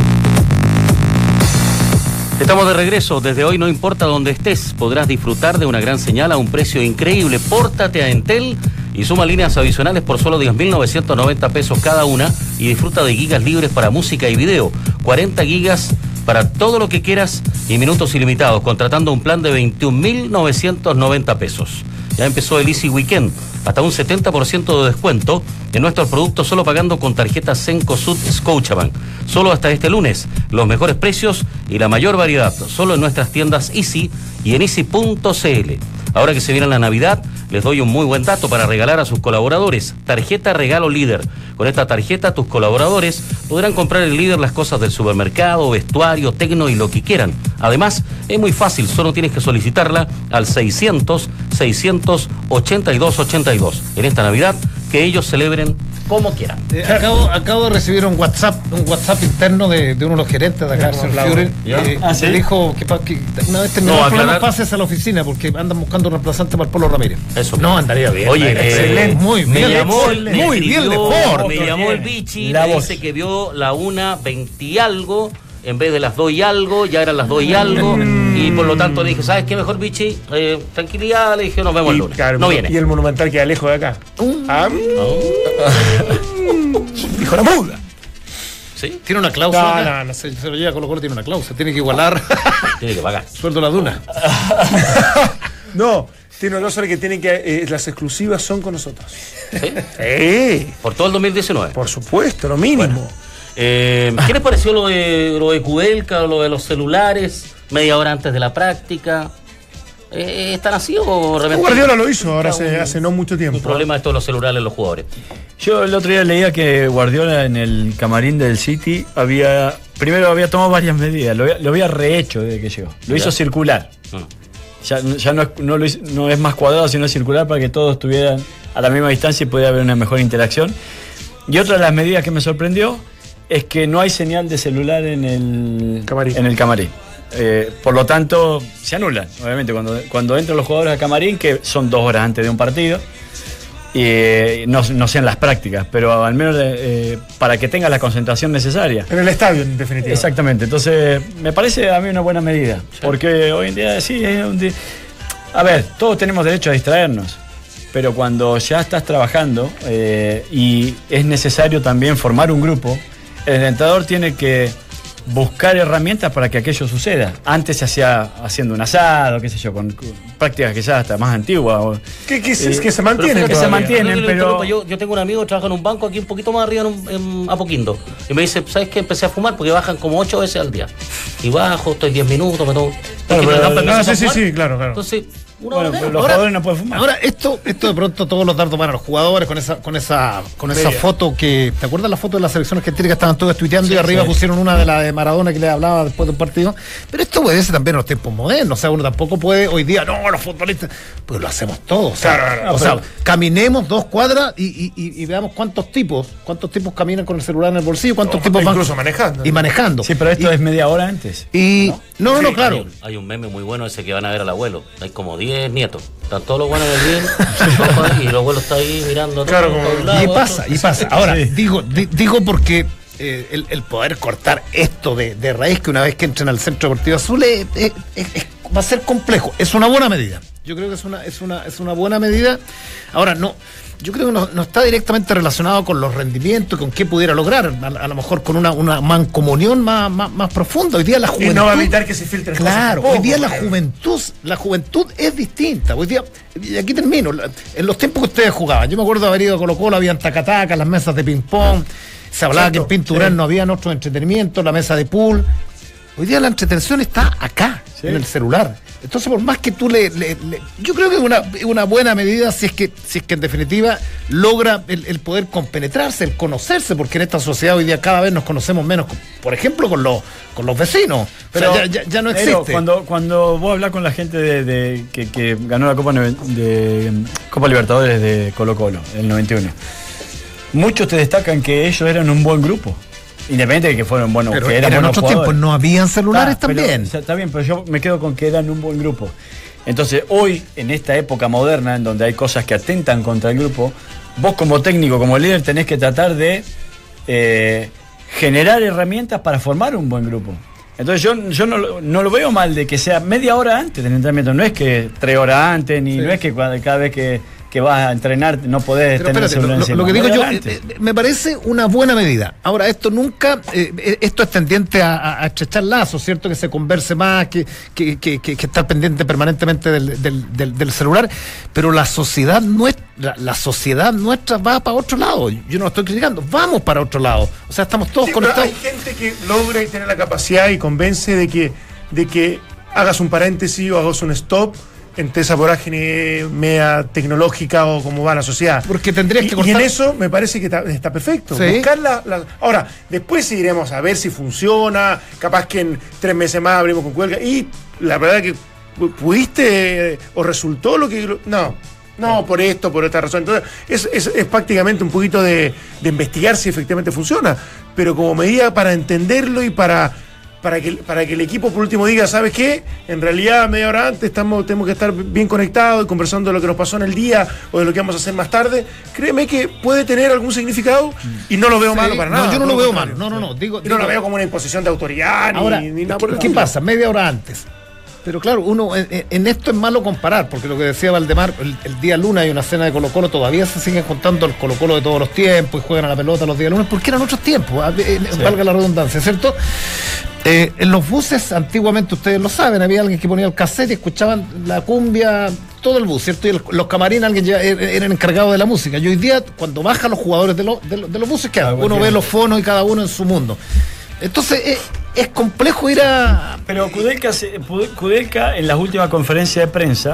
Estamos de regreso. Desde hoy, no importa dónde estés, podrás disfrutar de una gran señal a un precio increíble. Pórtate a Entel y suma líneas adicionales por solo diez mil novecientos noventa pesos cada una y disfruta de gigas libres para música y video. cuarenta gigas para todo lo que quieras y minutos ilimitados, contratando un plan de veintiún mil novecientos noventa pesos. Ya empezó el Easy Weekend, hasta un setenta por ciento de descuento en nuestros productos solo pagando con tarjeta Cencosud Scotiabank. Solo hasta este lunes, los mejores precios y la mayor variedad, solo en nuestras tiendas Easy y en easy punto c l. Ahora que se viene la Navidad, les doy un muy buen dato para regalar a sus colaboradores. Tarjeta Regalo Líder. Con esta tarjeta, tus colaboradores podrán comprar en Líder las cosas del supermercado, vestuario, tecno y lo que quieran. Además, es muy fácil, solo tienes que solicitarla al seiscientos, seiscientos ochenta y dos ochenta y dos. En esta Navidad, que ellos celebren como quieran. Eh, acabo, acabo de recibir un WhatsApp, un WhatsApp interno de, de uno de los gerentes de acá, el señor Führer. Eh, ¿Ah, sí? Me dijo que, pa- que una vez terminó No, el programa, aclarar. pases a la oficina porque andan buscando un reemplazante para el Polo Ramírez. Eso. No, andaría bien. Oye, Excelente. excelente. Muy me bien. llamó, excelente. me Muy bien, escribió, Lefort. me llamó el Bichi, La me voz. dice que vio la una veinte y algo, en vez de las dos y algo, ya eran las dos y algo, y por lo tanto le dije, ¿sabes qué mejor, Bichi? Eh, tranquilidad, le dije, nos vemos el Y, lunes. claro, No y viene. el Monumental queda lejos de acá. Ah, dijo la muda. ¿Sí? Tiene una cláusula. No, no, no Se, se lo lleva Colo Colo, tiene una cláusula. Tiene que igualar Tiene que pagar. sueldo de la duna. No, tiene una cosa que tienen que. Eh, las exclusivas son con nosotros. ¿Sí? Sí, Por todo el dos mil diecinueve. por supuesto, lo mínimo. Eh, ¿Qué les pareció lo de, lo de Kudelka, lo de los celulares, media hora antes de la práctica? Eh, ¿Están así o realmente Guardiola lo hizo ahora hace, un- hace no mucho tiempo. un problema de estos los celulares de los jugadores? Yo el otro día leía que Guardiola en el camarín del City había, primero había tomado varias medidas, lo había, lo había rehecho desde que llegó. Lo Ya. hizo circular. Ah. Ya, ya no, es, no, lo hizo- no es más cuadrado, sino circular para que todos estuvieran a la misma distancia y pudiera haber una mejor interacción. Y otra de las medidas que me sorprendió es que no hay señal de celular en el Camarín. En el camarín. Eh, por lo tanto, se anulan, obviamente, cuando, cuando entran los jugadores al camarín, que son dos horas antes de un partido, y eh, no, no sean las prácticas, pero al menos eh, para que tenga la concentración necesaria. En el estadio, en definitiva. Exactamente, entonces me parece a mí una buena medida, porque hoy en día sí es un di- a ver, todos tenemos derecho a distraernos, pero cuando ya estás trabajando eh, y es necesario también formar un grupo, el entrenador tiene que buscar herramientas para que aquello suceda. Antes se hacía haciendo un asado, qué sé yo, con, con prácticas quizás hasta más antiguas. o- Que, que, se- Eh, que se mantienen. que se todavía. mantienen. Perdón que le pero- interrumpa, Yo, yo tengo un amigo que trabaja en un banco aquí un poquito más arriba en, un- en Apoquindo. Y me dice, ¿sabes qué? Empecé a fumar porque bajan como ocho veces al día. Y bajo, estoy diez minutos, me tomo. Claro, porque pero- la rampa no, empieza sí, a sí, fumar. sí, claro, claro. Entonces, una Bueno, hora pero menos. los Ahora- jugadores no pueden fumar. Ahora, esto, esto de pronto todos los dardos van a los jugadores con esa, con esa, con esa Bella. foto que. ¿Te acuerdas la foto de la selección argentina que estaban todos tuiteando Sí, y arriba sí. pusieron una de la de Maradona que le hablaba después de un partido? Pero esto obedece también a los tiempos modernos. O sea, uno tampoco puede hoy día, no, los futbolistas. Pues lo hacemos todos. O sea, Claro, claro, o pero- sea, caminemos dos cuadras y, y- y- y veamos cuántos tipos, cuántos tipos caminan con el celular en el bolsillo, cuántos O tipos van. incluso manejando. Y manejando. Sí, pero esto y, es media hora antes. y- no, no, no, Sí, claro. Hay un, hay un meme muy bueno ese que van a ver al abuelo. Hay como diez nietos. Están todos los buenos del bien. y el abuelo está ahí mirando. Claro, todo, como- todo un lado, Y otro. pasa, y pasa. Ahora, Sí. digo, di- digo porque eh, el, el poder cortar esto de, de raíz que una vez que entren al Centro Deportivo Azul es- es- es- es- va a ser complejo. Es una buena medida. Yo creo que es una, es una, es una buena medida. Ahora, no, yo creo que no, no está directamente relacionado con los rendimientos, con qué pudiera lograr, a, a lo mejor con una, una mancomunión más, más, más profunda. Hoy día la Y juventud. no va a evitar que se filtren Claro, cosas hoy día la tampoco, juventud, la juventud es distinta. Hoy día, y aquí termino, la- en los tiempos que ustedes jugaban, yo me acuerdo de haber ido a Colo Colo, habían tacatacas, las mesas de ping-pong, se hablaba Exacto, que en Pinturán sí. no había otro entretenimiento, la mesa de pool. Hoy día la entretención está acá, Sí. en el celular. Entonces, por más que tú le... le- le- yo creo que es una, una buena medida si es que si es que en definitiva logra el, el poder compenetrarse, el conocerse, porque en esta sociedad hoy día cada vez nos conocemos menos, por ejemplo, con los, con los vecinos. Pero o sea, ya, ya- ya no Pero existe. cuando, cuando vos hablas con la gente de, de- que, que ganó la Copa, Nove- de, Copa Libertadores de Colo Colo, el noventa y uno, muchos te destacan que ellos eran un buen grupo. Independiente de que fueron buenos, Pero que eran en buenos otros jugadores. tiempos no habían celulares Está, pero, también. o sea, está bien, pero yo me quedo con que eran un buen grupo. Entonces, hoy, en esta época moderna, en donde hay cosas que atentan contra el grupo, vos como técnico, como líder, tenés que tratar de eh, generar herramientas para formar un buen grupo. Entonces yo, yo no, lo- no lo veo mal de que sea media hora antes del entrenamiento, no es que tres horas antes, ni Sí. no es que cuando- cada vez que, que vas a entrenar no podés Pero tener el espérate, celular lo, lo- encima. lo que digo Media yo, hora eh, antes. eh, me parece una buena medida. Ahora, esto nunca, eh, eh, esto es tendiente a, a- a estrechar lazos, ¿cierto? Que se converse más, que, que, que, que- que estar pendiente permanentemente del, del- del- del celular, pero la sociedad nuestra, la, la sociedad nuestra va para otro lado. Yo no lo estoy criticando, vamos para otro lado. O sea, estamos todos Sí, pero conectados. hay gente que logra y tener la capacidad y convence de que, de que hagas un paréntesis o hagas un stop entre esa vorágine media tecnológica o cómo va la sociedad. Porque tendrías Y- que Y en cortar- eso me parece que está, está perfecto. Sí. Buscar la, la- Ahora, después iremos a ver si funciona. Capaz que en tres meses más abrimos con cuelga. Y la verdad que pu- pudiste eh, o resultó lo que. No. No, por esto, por esta razón. Entonces, es, es, es prácticamente un poquito de, de investigar si efectivamente funciona. Pero como medida para entenderlo y para. Para que, para que el equipo por último diga, ¿sabes qué? En realidad media hora antes estamos, tenemos que estar bien conectados y conversando de lo que nos pasó en el día o de lo que vamos a hacer más tarde. Créeme que puede tener algún significado y no lo veo Sí, malo para no, nada. yo no todo lo veo contrario. malo. No, no, no. Digo, Y no lo digo- veo como una imposición de autoridad ni, Ahora, ni nada por el ¿qué estilo. pasa? Media hora antes. Pero claro, uno en, en esto es malo comparar, porque lo que decía Valdemar, el, el día lunes hay una cena de Colo Colo, todavía se siguen contando el Colo Colo de todos los tiempos y juegan a la pelota los días lunes, porque eran otros tiempos, ah, eh, valga la redundancia, ¿cierto? Eh, en los buses, antiguamente ustedes lo saben, había alguien que ponía el cassette y escuchaban la cumbia, todo el bus, ¿cierto? Y el- los camarines alguien ya er- eran encargados de la música. Y hoy día, cuando bajan los jugadores de, los de, los- de los buses, ¿qué Ah, hace? bueno, Uno sí. ve los fonos y cada uno en su mundo. Entonces, es, es complejo ir a... Pero Kudelka, se- Pude- Kudelka en las últimas conferencias de prensa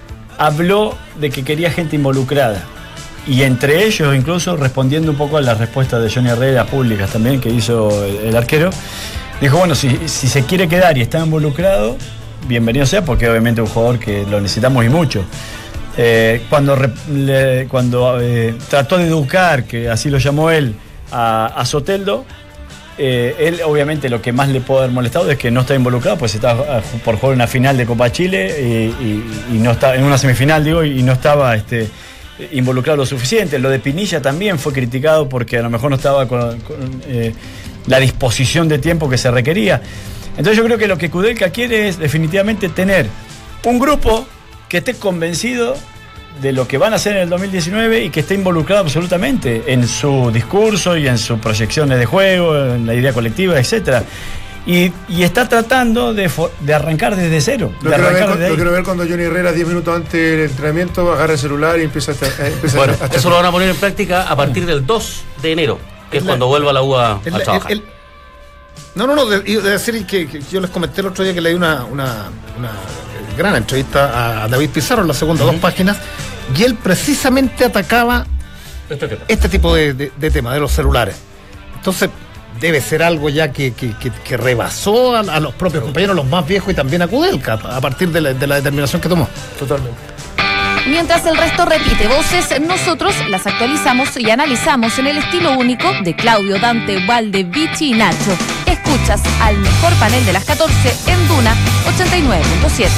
habló de que quería gente involucrada. Y entre ellos, incluso respondiendo un poco a las respuestas de Johnny Herrera públicas también que hizo el, el arquero, dijo, bueno, si, si se quiere quedar y está involucrado, bienvenido sea, porque obviamente es un jugador que lo necesitamos y mucho. Eh, cuando re- le- cuando eh, trató de educar, que así lo llamó él, a, a Soteldo, eh, él obviamente lo que más le puede haber molestado es que no está involucrado, pues está ah, por jugar una final de Copa Chile y, y- y no está en una semifinal, digo, y no estaba este, involucrado lo suficiente. Lo de Pinilla también fue criticado porque a lo mejor no estaba con, con, eh, la disposición de tiempo que se requería. Entonces yo creo que lo que Kudelka quiere es definitivamente tener un grupo que esté convencido de lo que van a hacer en el dos mil diecinueve y que esté involucrado absolutamente en su discurso y en sus proyecciones de juego, en la idea colectiva, etcétera. Y, y está tratando de, fo- de arrancar desde cero. Lo de quiero, ver, arrancar cu- desde lo ahí. quiero ver cuando Johnny Herrera, diez minutos antes del entrenamiento, agarra el celular y empieza a, estar- eh, empieza Bueno, a- a- eso lo van a poner en práctica a partir del dos de enero, que es El- cuando vuelva la U a, El- a el- trabajar. el- no, no, no, de, de decir que, que yo les comenté el otro día que leí una, una, una gran entrevista a David Pizarro en la segunda, dos páginas, y él precisamente atacaba Este tema. este tipo de, de, de temas, de los celulares. Entonces, debe ser algo ya que, que, que, que rebasó a, a los propios compañeros, los más viejos y también a Kudelka, a partir de la, de la determinación que tomó. Totalmente. Mientras el resto repite voces, nosotros las actualizamos y analizamos en el estilo único de Claudio, Dante, Walde, Vichy y Nacho. Escuchas al mejor panel de las catorce en Duna ochenta y nueve punto siete.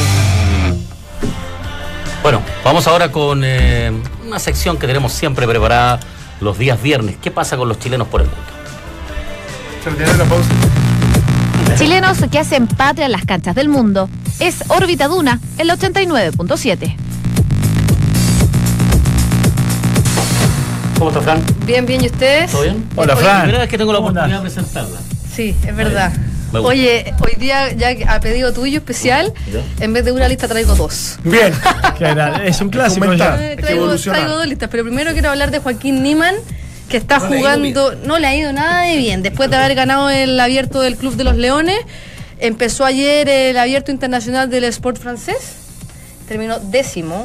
Bueno, vamos ahora con eh, una sección que tenemos siempre preparada los días viernes. ¿Qué pasa con los chilenos por el mundo? Se retiene la pausa. Chilenos que hacen patria en las canchas del mundo. Es Órbita Duna, el ochenta y nueve punto siete. ¿Cómo está, Fran? Bien, bien, ¿y ustedes? ¿Todo bien? Hola, Oye, Fran. Primera vez que tengo la ¿Cómo oportunidad de andás? presentarla. Sí, es verdad. Me gusta. Oye, hoy día, ya que a pedido tuyo especial, ¿Ya? en vez de una lista traigo dos. Bien. Que era- es un clásico Aumentar. ya. Eh, hay que traigo, evolucionar. traigo dos listas, pero primero quiero hablar de Joaquín Niemann, que está No le ha ido jugando, no le ha ido nada de bien, después de haber ganado el abierto del Club de los Leones. Empezó ayer el Abierto Internacional del Sport francés, terminó décimo,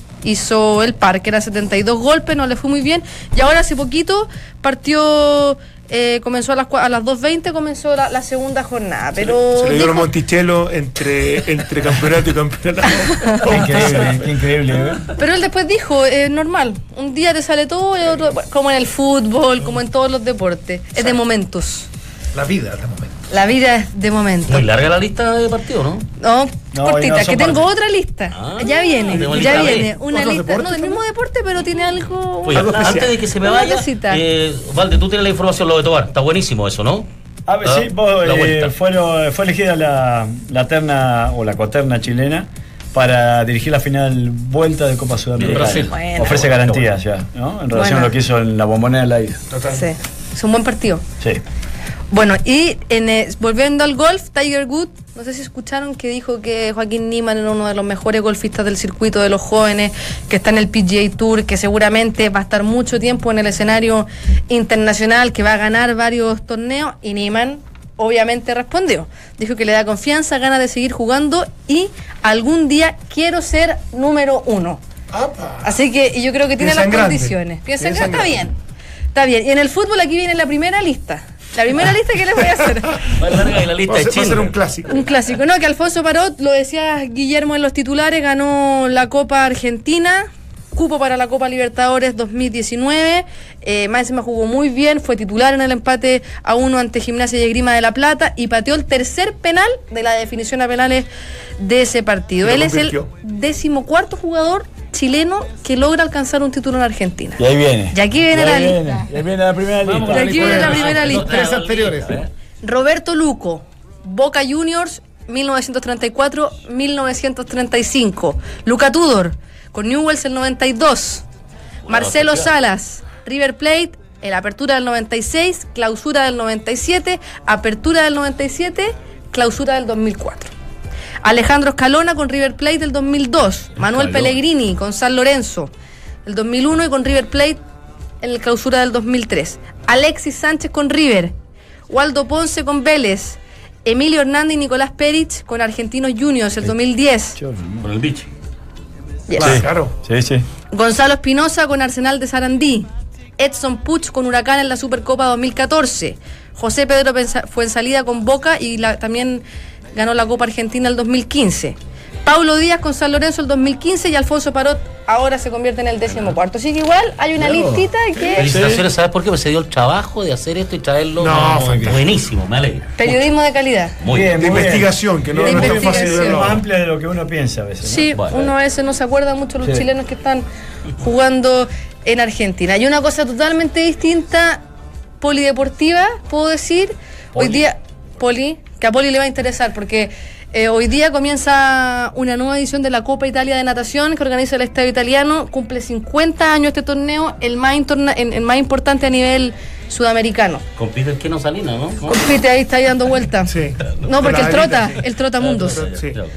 hizo el par, que era setenta y dos golpes, no le fue muy bien, y ahora hace poquito partió, eh, comenzó a las, a las dos veinte, comenzó la, la segunda jornada, pero... Se le, se le dio dijo, Monticello entre, entre campeonato y campeonato. Qué increíble, qué increíble, ¿eh? pero él después dijo, es eh, normal, un día te sale todo, y otro, bueno, como en el fútbol, como en todos los deportes, es de momentos. La vida de momento. La vida es de momentos. Muy larga la lista de partidos, ¿no? No, No, cortita, no, son que tengo partidos. otra lista. Ah, ya viene, tenemos ya lista B. viene. Una ¿Otros lista, deportes no, del mismo deporte, pero tiene algo. Oye, Algo antes especial. de que se me Una vaya, cosita. eh, Valde, tú tienes la información, lo de Tobar. Está buenísimo eso, ¿no? A ver, Ah, sí, vos, la eh, vuelta. fueron- fue elegida la, la terna o la coterna chilena para dirigir la final vuelta de Copa Sudamericana. Brasil. Buena, Ofrece buena. garantías ya, ¿no? En relación Buena. a lo que hizo en la Bombonera de la ida. Total. Sí, es un buen partido. Sí. Bueno, y en, eh, volviendo al golf, Tiger Woods, no sé si escucharon que dijo que Joaquín Niemann era uno de los mejores golfistas del circuito de los jóvenes, que está en el P G A Tour, que seguramente va a estar mucho tiempo en el escenario internacional, que va a ganar varios torneos, y Niemann obviamente respondió. Dijo que le da confianza, ganas de seguir jugando y algún día quiero ser número uno. Apa. Así que y yo creo que tiene Piensa las en grande. condiciones. Piensa en Piensa en grande, está grande. bien. Está bien. Y en el fútbol aquí viene la primera lista. La primera lista que les voy a hacer. Más larga que la lista Va a de ser, va a Chile. ser un clásico. Un clásico, ¿no? Que Alfonso Parot, lo decía Guillermo en los titulares, ganó la Copa Argentina, cupo para la Copa Libertadores dos mil diecinueve, eh, más encima jugó muy bien, fue titular en el empate a uno ante Gimnasia y Esgrima de La Plata y pateó el tercer penal de la definición a penales de ese partido. Lo Él es el convirtió. decimocuarto jugador chileno que logra alcanzar un título en Argentina. Y ahí viene. Y aquí viene Y la ahí lista. viene, y ahí viene la primera Vamos lista. con Y aquí viene la primera Los lista. tres anteriores. Roberto Luco, Boca Juniors, mil novecientos treinta y cuatro a mil novecientos treinta y cinco. Luca Tudor, con Newell's el noventa y dos. Marcelo Salas, River Plate, el Apertura del noventa y seis, Clausura del noventa y siete, Apertura del noventa y siete, Clausura del dos mil cuatro. Alejandro Escalona con River Plate del dos mil dos. Manuel Escalona. Pellegrini con San Lorenzo el dos mil uno y con River Plate en el Clausura del dos mil tres. Alexis Sánchez con River. Waldo Ponce con Vélez, Emilio Hernández y Nicolás Perich con Argentinos Juniors el dos mil diez. Con el bicho. Yes. Ah, claro. Sí, sí. Gonzalo Espinosa con Arsenal de Sarandí, Edson Puch con Huracán en la Supercopa dos mil catorce, José Pedro Pensa- Fuensalida con Boca y la, también ganó la Copa Argentina el dos mil quince. Paulo Díaz con San Lorenzo el dos mil quince y Alfonso Parot ahora se convierte en el décimo cuarto. Así que igual hay una listita que... Felicitaciones, ¿sabes por qué? Porque se dio el trabajo de hacer esto y traerlo. No, Muy bien. Buenísimo, me alegra. Periodismo de calidad. Muy bien. De muy bien. investigación, que no, De no es tan fácil de investigación. verlo. Más amplia de lo que uno piensa a veces, ¿no? Sí, Bueno. uno a veces no se acuerda mucho de los Sí. chilenos que están jugando en Argentina. Y una cosa totalmente distinta, polideportiva, puedo decir. Hoy día, poli, que a Poli le va a interesar porque eh, hoy día comienza una nueva edición de la Copa Italia de Natación que organiza el Estadio Italiano. Cumple cincuenta años este torneo, el más, interna- el, el más importante a nivel sudamericano. Compite el Keno Salinas, ¿no? ¿No? Compite ahí, está ahí dando vuelta. Sí. No, porque La el trota, élite, sí. el trota mundos. Sí. Claro.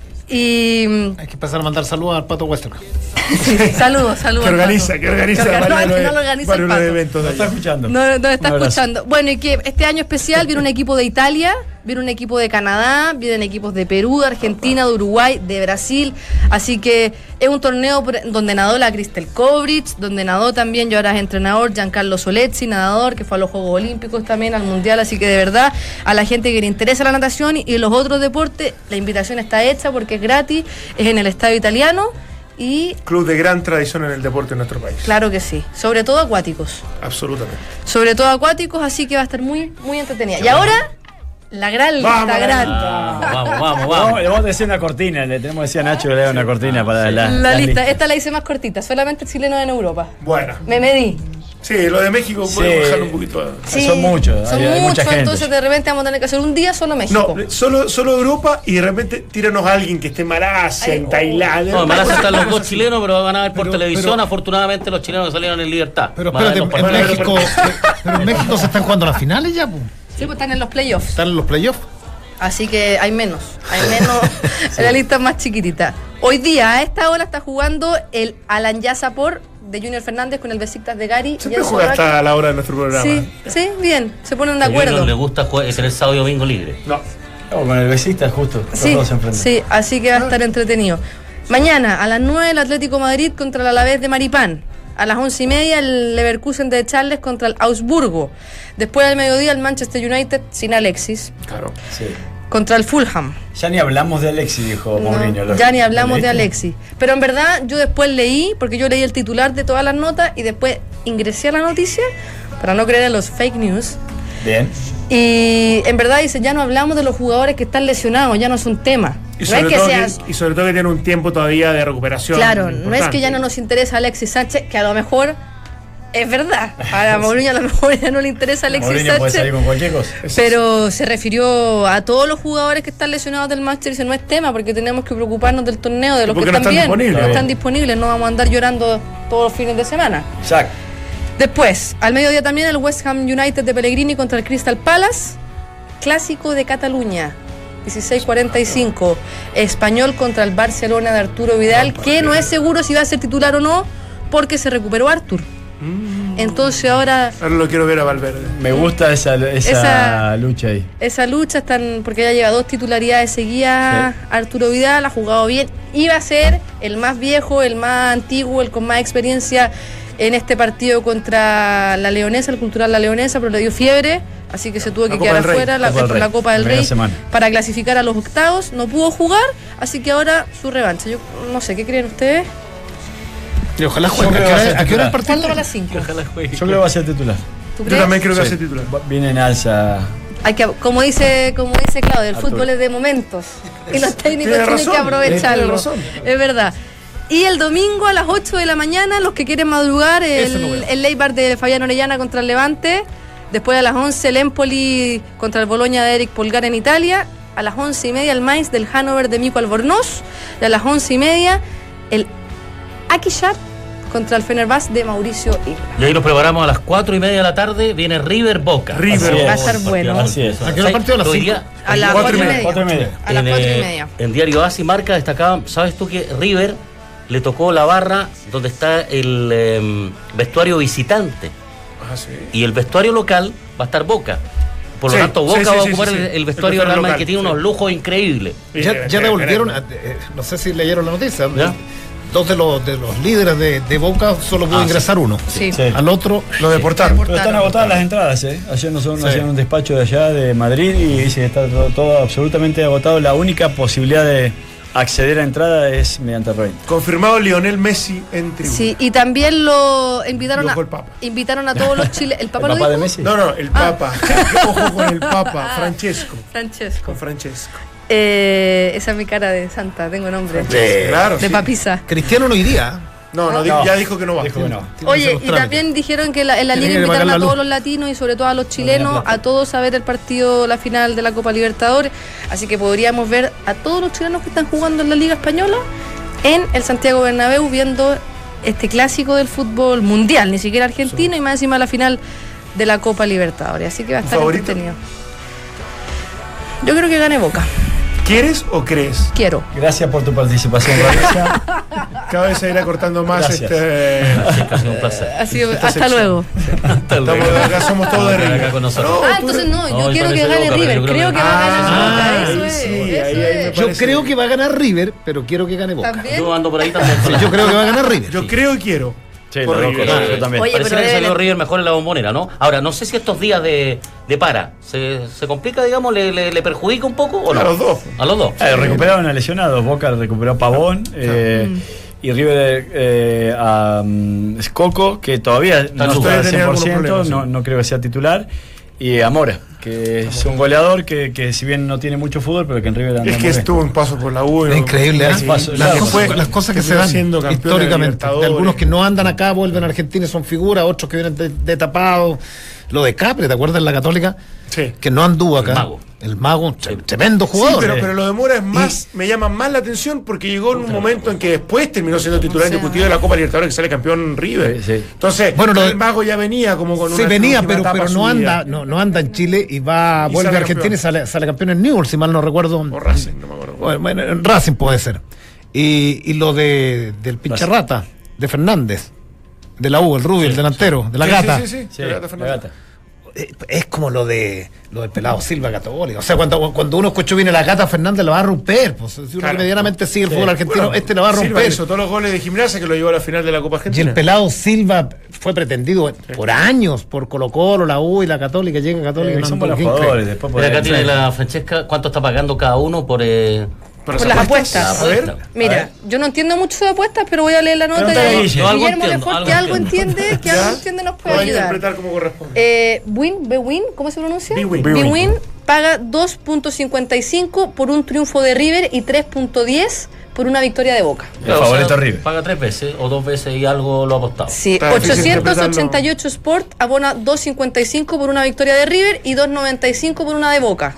Y Hay que empezar a mandar saludos al Pato Western. saludos, saludos. Que al organiza, Pato. que organiza Que orga- varios, no, que no lo organiza el varios Pato. eventos de ¿Lo está allá. escuchando? No, no está Un abrazo. escuchando. Bueno, y que este año especial viene un equipo de Italia, viene un equipo de Canadá, vienen equipos de Perú, de Argentina, de Uruguay, de Brasil. Así que es un torneo por- donde nadó la Cristel Kovrich, donde nadó también, yo ahora es entrenador, Giancarlo Solezzi, nadador, que fue a los Juegos Olímpicos también, al Mundial. Así que de verdad, a la gente que le interesa la natación y los otros deportes, la invitación está hecha porque es gratis, es en el Estadio Italiano y Club de gran tradición en el deporte en nuestro país. claro que sí, sobre todo acuáticos. Absolutamente. Sobre todo acuáticos, así que va a estar muy, muy entretenida. Y ahora, la gran lista, Vamos, gran. Ah, vamos, vamos, No, vamos. le vamos a decir una cortina, le tenemos que decir a Nacho que le dé una cortina para la, La las lista, listas. esta la hice más cortita, solamente chilenos en Europa. Bueno. Me medí. Sí, lo de México Sí. podemos bajar un poquito. a- Son muchos, son hay- hay mucha muchos, gente. entonces de repente vamos a tener que hacer un día solo México. No, solo, solo Europa y de repente tíranos a alguien que esté en Malasia, Ay, en oh. Tailandia. No, en Malasia están los Una dos cosa chilenos, pero van a ver por Pero- televisión. pero- Afortunadamente, los chilenos que salieron en libertad. Pero Van a ver espérate, los en partidos. México, pero en México se están jugando las finales ya, pues. Sí, pues están en los playoffs. Están en los playoffs. Así que hay menos, hay menos, la lista es más chiquitita. Hoy día, a esta hora, está jugando el Alanyazapor de Junior Fernández con el Besiktas de Gary. Siempre Jens juega Soraki. hasta la hora de nuestro programa. Sí, sí, bien, se ponen de A Junior acuerdo. le gusta jugar- es el sábado y domingo libre. No. No, con el besista justo. Los Sí, dos se enfrentan. sí, así que va a estar entretenido. Mañana, a las nueve, el Atlético Madrid contra el Alavés de Maripán. A las once y media, el Leverkusen de Charles contra el Augsburgo. Después del mediodía, el Manchester United sin Alexis Claro. Sí. contra el Fulham. Ya ni hablamos de Alexis, dijo No, Mourinho. Lo- ya ni hablamos de ¿Leíste? Alexis. Pero en verdad, yo después leí, porque yo leí el titular de todas las notas y después ingresé a la noticia para no creer en los fake news. Bien. Y en verdad dice, ya no hablamos de los jugadores que están lesionados, ya no es un tema. Y No sobre, es que todo seas... que, y sobre todo que tiene un tiempo todavía de recuperación. Claro, no es importante. que ya no nos interesa Alexis Sánchez, que a lo mejor es verdad. A Mourinho a lo mejor ya no le interesa Alexis Mourinho puede salir Sánchez. con cualquier cosa. Pero se refirió a todos los jugadores que están lesionados del Manchester y dice, no es tema porque tenemos que preocuparnos del torneo, de los que porque no están, están bien, disponibles. no están disponibles, no vamos a andar llorando todos los fines de semana. Exacto. Después, al mediodía también el West Ham United de Pellegrini contra el Crystal Palace, clásico de Cataluña, dieciséis cuarenta y cinco, Español contra el Barcelona de Arturo Vidal, que no es seguro si va a ser titular o no, porque se recuperó Artur. Entonces ahora Ahora lo quiero ver a Valverde. Me gusta esa, esa, Esa- lucha ahí. esa lucha están, porque ya lleva dos titularidades seguidas, Arturo Vidal ha jugado bien, iba a ser el más viejo, el más antiguo, el con más experiencia en este partido contra la Leonesa, el Cultural La Leonesa, pero le dio fiebre, así que se tuvo La que Copa quedar del Rey. afuera la, Copa del por la Rey, Copa del primera Rey semana. para clasificar a los octavos, no pudo jugar, así que ahora su revancha. Yo no sé, ¿qué creen ustedes? Y ojalá juegue. Yo creo ¿A que va a qué ser hora- a qué hora el titular. ¿Cuándo partido? a las cinco? Yo creo que va a ser titular. ¿Tú Yo crees? también creo que va a Sí. ser titular. Viene en alza. Hay que, como dice, como dice Claudio, el Arturo. fútbol es de momentos y los técnicos Tiene tienen razón, que aprovecharlo. tiene razón. Es verdad. Y el domingo a las ocho de la mañana, los que quieren madrugar, Eso lo el, veo. el Eibar de Fabián Orellana contra el Levante. Después a las once, el Empoli contra el Bologna de Eric Polgar en Italia. A las once y media, el Mainz del Hannover de Mico Albornoz. Y a las once y media, el Akisar contra el Fenerbahce de Mauricio Isla. Y ahí nos preparamos a las cuatro y media de la tarde. Viene River Boca. River. Así Va a es. estar bueno. Así es. ¿A qué hora partido? A las Hoy cinco. día- A las Cuatro cuatro y y media. media. Cuatro y media. A las en, cuatro y eh, media. En Diario As y Marca destacaba, ¿sabes tú que River le tocó la barra donde está el eh, vestuario visitante? Ah, sí. Y el vestuario local va a estar Boca. Por lo Sí, tanto, sí, Boca sí, va a sí, ocupar sí, el, sí. el El vestuario vestuario Real Madrid, local, que tiene sí. unos lujos increíbles. Ya, ya devolvieron, eh, no sé si leyeron la noticia, ¿Ya? dos de los, de los líderes de, de Boca solo pudo Ah, ingresar uno. Sí. Sí. Al otro Lo deportaron. Pero están agotadas las entradas, ¿eh? Ayer nosotros nos Sí. hacían un despacho de allá, de Madrid, y dice que está todo, todo absolutamente agotado. La única posibilidad de acceder a entrada es mediante renta. Confirmado Lionel Messi en tribuna. Sí, y también lo invitaron Lo a dijo el Papa. invitaron a todos los chilenos. ¿El ¿El Papa lo papá de dijo? Messi? No, no, el Ah. Papa. Ojo con el Papa, Francesco. Francesco. Con Francesco. Eh, esa es mi cara de santa, tengo nombre. Claro. De sí. papisa. Cristiano no iría. No, no, di- No. ya dijo que no va. Dijo que no. Tiene que Oye, hacer los y trámites. también dijeron que la- en la Tiene liga que pagar invitaron la a luz. todos los latinos y sobre todo a los chilenos, a todos a ver el partido, la final de la Copa Libertadores. Así que podríamos ver a todos los chilenos que están jugando en la Liga Española en el Santiago Bernabéu viendo este clásico del fútbol mundial, ni siquiera argentino, y más encima la final de la Copa Libertadores. Así que va a ¿Tu estar favorito? entretenido. Yo creo que gane Boca. ¿Quieres o crees? Quiero. Gracias por tu participación, Vanessa. Cada vez se irá cortando más Gracias. este. Sí, ha sido un placer. Así, Esta hasta sección. luego. Estamos, acá somos todos de Acá River. con nosotros. No, Ah, tú- entonces no, yo No, quiero yo que soy gane Boca, pero River. yo creo Creo que- que va a ganar Ah, Boca. Eso ahí es. sí, eso ahí- ahí me es. Yo parece creo bien. que va a ganar River, pero quiero que gane Boca. También. Yo ando por ahí también. Sí, yo creo que va a ganar River. Yo creo y quiero. Sí, Por lo River. conozco, yo también. Oye, Pareciera pero que salió deben- River mejor en la bombonera, ¿no? Ahora, no sé si estos días de, de para, ¿se, se complica, digamos, le, le, le perjudica un poco o no? A los dos. A los dos. Eh, recuperaron a lesionados. Boca recuperó a Pavón. eh, y River eh, a um, Scocco, que todavía no Ustedes está al tenían cien por algunos ciento, problemas, no, sí. no creo que sea titular. Y a Mora, que es un goleador que, que si bien no tiene mucho fútbol, pero que en River anda Es muy que bien. estuvo un paso por la U. y Es no- increíble, ¿eh? Sí, paso, las, claro, cosas, fue- las cosas que se terminó dan siendo campeón de históricamente. De Libertadores. algunos que no andan acá, vuelven a Argentina y son figuras, otros que vienen de, de tapados. Lo de Capri, ¿te acuerdas en la Católica? Sí. Que no anduvo acá. El mago. El mago, tre- tremendo Sí, jugador. pero, eh. pero lo de Mora es más, me llama más la atención porque llegó en un momento en que después terminó siendo titular O sea. indiscutido de la Copa Libertadores, que sale campeón River. Sí, sí. Entonces, Bueno, lo de- el mago ya venía como con Sí, una venía, última pero, etapa pero de su no vida. anda, no, no anda en Chile y va, Y vuelve sale a Argentina campeón. y sale, sale campeón en Newell's, si mal no recuerdo. O Racing, no me acuerdo. Bueno, bueno, en Racing puede ser. Y, y lo de del pincharrata, de Fernández, de la U, el rubio, el delantero, de la Sí, gata. Sí, sí, sí, Sí, de Gata la Fernández. gata. es como lo de lo del pelado Silva Católica. O sea, cuando, cuando uno escuchó viene la Cata Fernández, lo va a romper. Pues, si uno Claro. que medianamente sigue el Sí. fútbol argentino, Bueno, este lo va a Silva romper. hizo todos los goles de Gimnasia que lo llevó a la final de la Copa Y Argentina. el pelado Silva fue pretendido por años por Colo Colo, la U y la Católica. Llega Católica. Eh, no son ando buenos quién cree. jugadores. Después por Mira, acá el- tiene la Francesca, ¿cuánto está pagando cada uno por... Eh, Para Por las las apuestas. apuestas. A ver. Mira, yo no entiendo mucho de apuestas, pero voy a leer la nota Pregúntale de a Guille. Yo algo Guillermo entiendo, Lefort, que algo algo entiendo. entiende, que ¿Ya? algo entiende nos Lo puede va a ayudar. interpretar como corresponde. Eh, Win, Bewin, ¿cómo se pronuncia? Bwin. Bwin paga dos punto cincuenta y cinco por un triunfo de River y tres punto diez por una victoria de Boca. El favorito River. Paga tres veces o dos veces y algo lo ha apostado. Sí, Está difícil ochocientos ochenta y ocho Sport abona dos cincuenta y cinco por una victoria de River y dos noventa y cinco por una de Boca.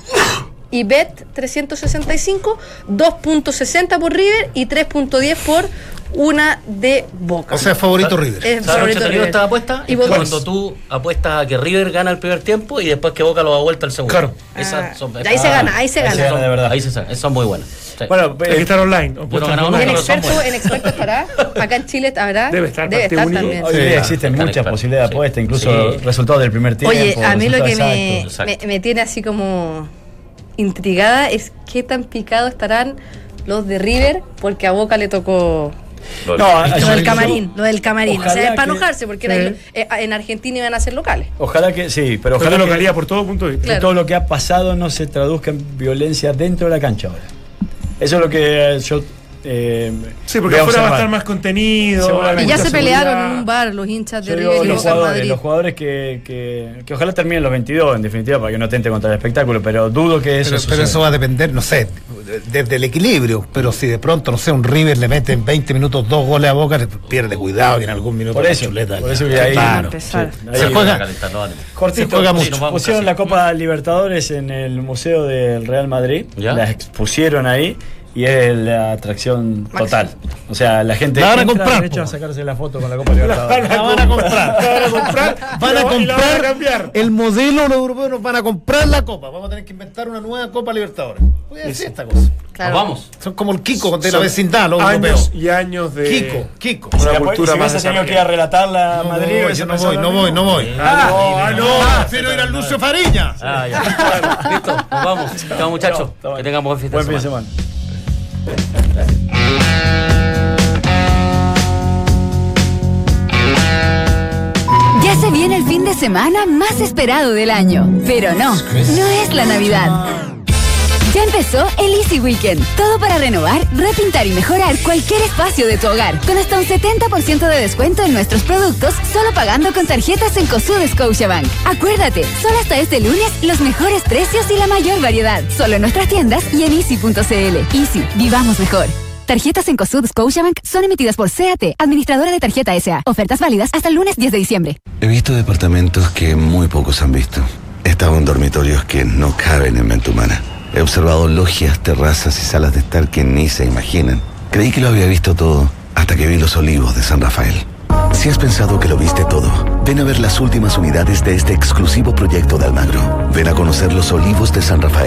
Y Bet trescientos sesenta y cinco, dos punto sesenta por River y tres punto diez por una de Boca. O sea, favorito River. Es ¿Sabes lo favorito entretenido de River. esta apuesta? Y Es vos- cuando tú apuestas a que River gana el primer tiempo y después que Boca lo da vuelta al segundo. Claro. Esas Ah, son- ahí se gana, ahí se ahí gana. se gana de verdad. Ahí se saca. Esas son muy buenas. Sí. Bueno, Hay que eh, estar online. Yo no Apuestas ganaba Y online. en pero son experto, buenas. en experto estará, acá en Chile habrá, Debe estar, debe partido estar único. también. hoy Sí. día existen Están muchas expertos. posibilidades de Sí. apuesta, incluso Sí. resultados del primer tiempo. Oye, a mí lo que resultados me, exactos. exacto. me, me tiene así como intrigada es qué tan picados estarán los de River, porque a Boca le tocó No, lo eso- del camarín, lo del camarín. O sea, Ojalá es para que- enojarse, porque era Sí. el- eh, en Argentina iban a ser locales. Ojalá que sí, pero Pero ojalá de que, localidad por todo punto de vista. que Claro. todo lo que ha pasado no se traduzca en violencia dentro de la cancha ahora. Eso es lo que eh, yo eh, Sí, porque voy a afuera va a observar. estar más contenido. Seguramente. Y ya mucha se pelearon seguridad. en un bar los hinchas de Yo digo, River y los Boca en jugadores, Madrid. los jugadores que, que, que ojalá terminen los veintidós, en definitiva, para que no tente contra el espectáculo, pero dudo que eso Pero, suceda. pero eso va a depender, no sé, desde el equilibrio. Pero si de pronto, no sé, un River le mete en veinte minutos dos goles a Boca, pierde cuidado y en algún minuto Por la eso, chuleta. por eso que ahí- Claro. Empezar. Ahí- Se juega- calentar los ánimos. Cortito, Se juega sí, mucho. nos vamos pusieron casi. la Copa Libertadores en el Museo del Real Madrid, ¿Ya? la expusieron ahí y es la atracción total. O sea, la gente La van a entra comprar, derecho po. a sacarse la foto con la Copa Libertadores. La van a comprar. La van a comprar. Van a y la- y la van a comprar cambiar. el modelo, los europeos nos van a comprar la copa. Vamos a tener que inventar una nueva Copa Libertadores. Voy a decir esta cosa. Claro. Nos vamos. Son como el Kiko de la Son vecindad, los años europeos. y años de. Kiko, Kiko. Una Si cultura si más hubiese tenido que ir desarrollada. a relatar la No Madrid, voy, hubiese yo no pensado voy, lo no mismo. voy, no voy. Ah, no, ah, no. Ah, prefiero ir al Lucio Fariña. Ah, ya. Listo, nos vamos. Chao, muchachos. Chao, Que tengamos buen fin de Buen fin de semana. semana. Ya se viene el fin de semana más esperado del año. Pero no, no es la Navidad. Ya empezó el Easy Weekend. Todo para renovar, repintar y mejorar cualquier espacio de tu hogar. Con hasta un setenta por ciento de descuento en nuestros productos, solo pagando con tarjetas en Cosud Scotiabank. Acuérdate, solo hasta este lunes, los mejores precios y la mayor variedad. Solo en nuestras tiendas y en easy punto cl. Easy, vivamos mejor. Tarjetas en Cosud Scotiabank son emitidas por C A T, administradora de tarjeta S A. Ofertas válidas hasta el lunes diez de diciembre. He visto departamentos que muy pocos han visto. He estado en dormitorios que no caben en mente humana. He observado logias, terrazas y salas de estar que ni se imaginan. Creí que lo había visto todo hasta que vi Los Olivos de San Rafael. Si has pensado que lo viste todo, ven a ver las últimas unidades de este exclusivo proyecto de Almagro. Ven a conocer Los Olivos de San Rafael.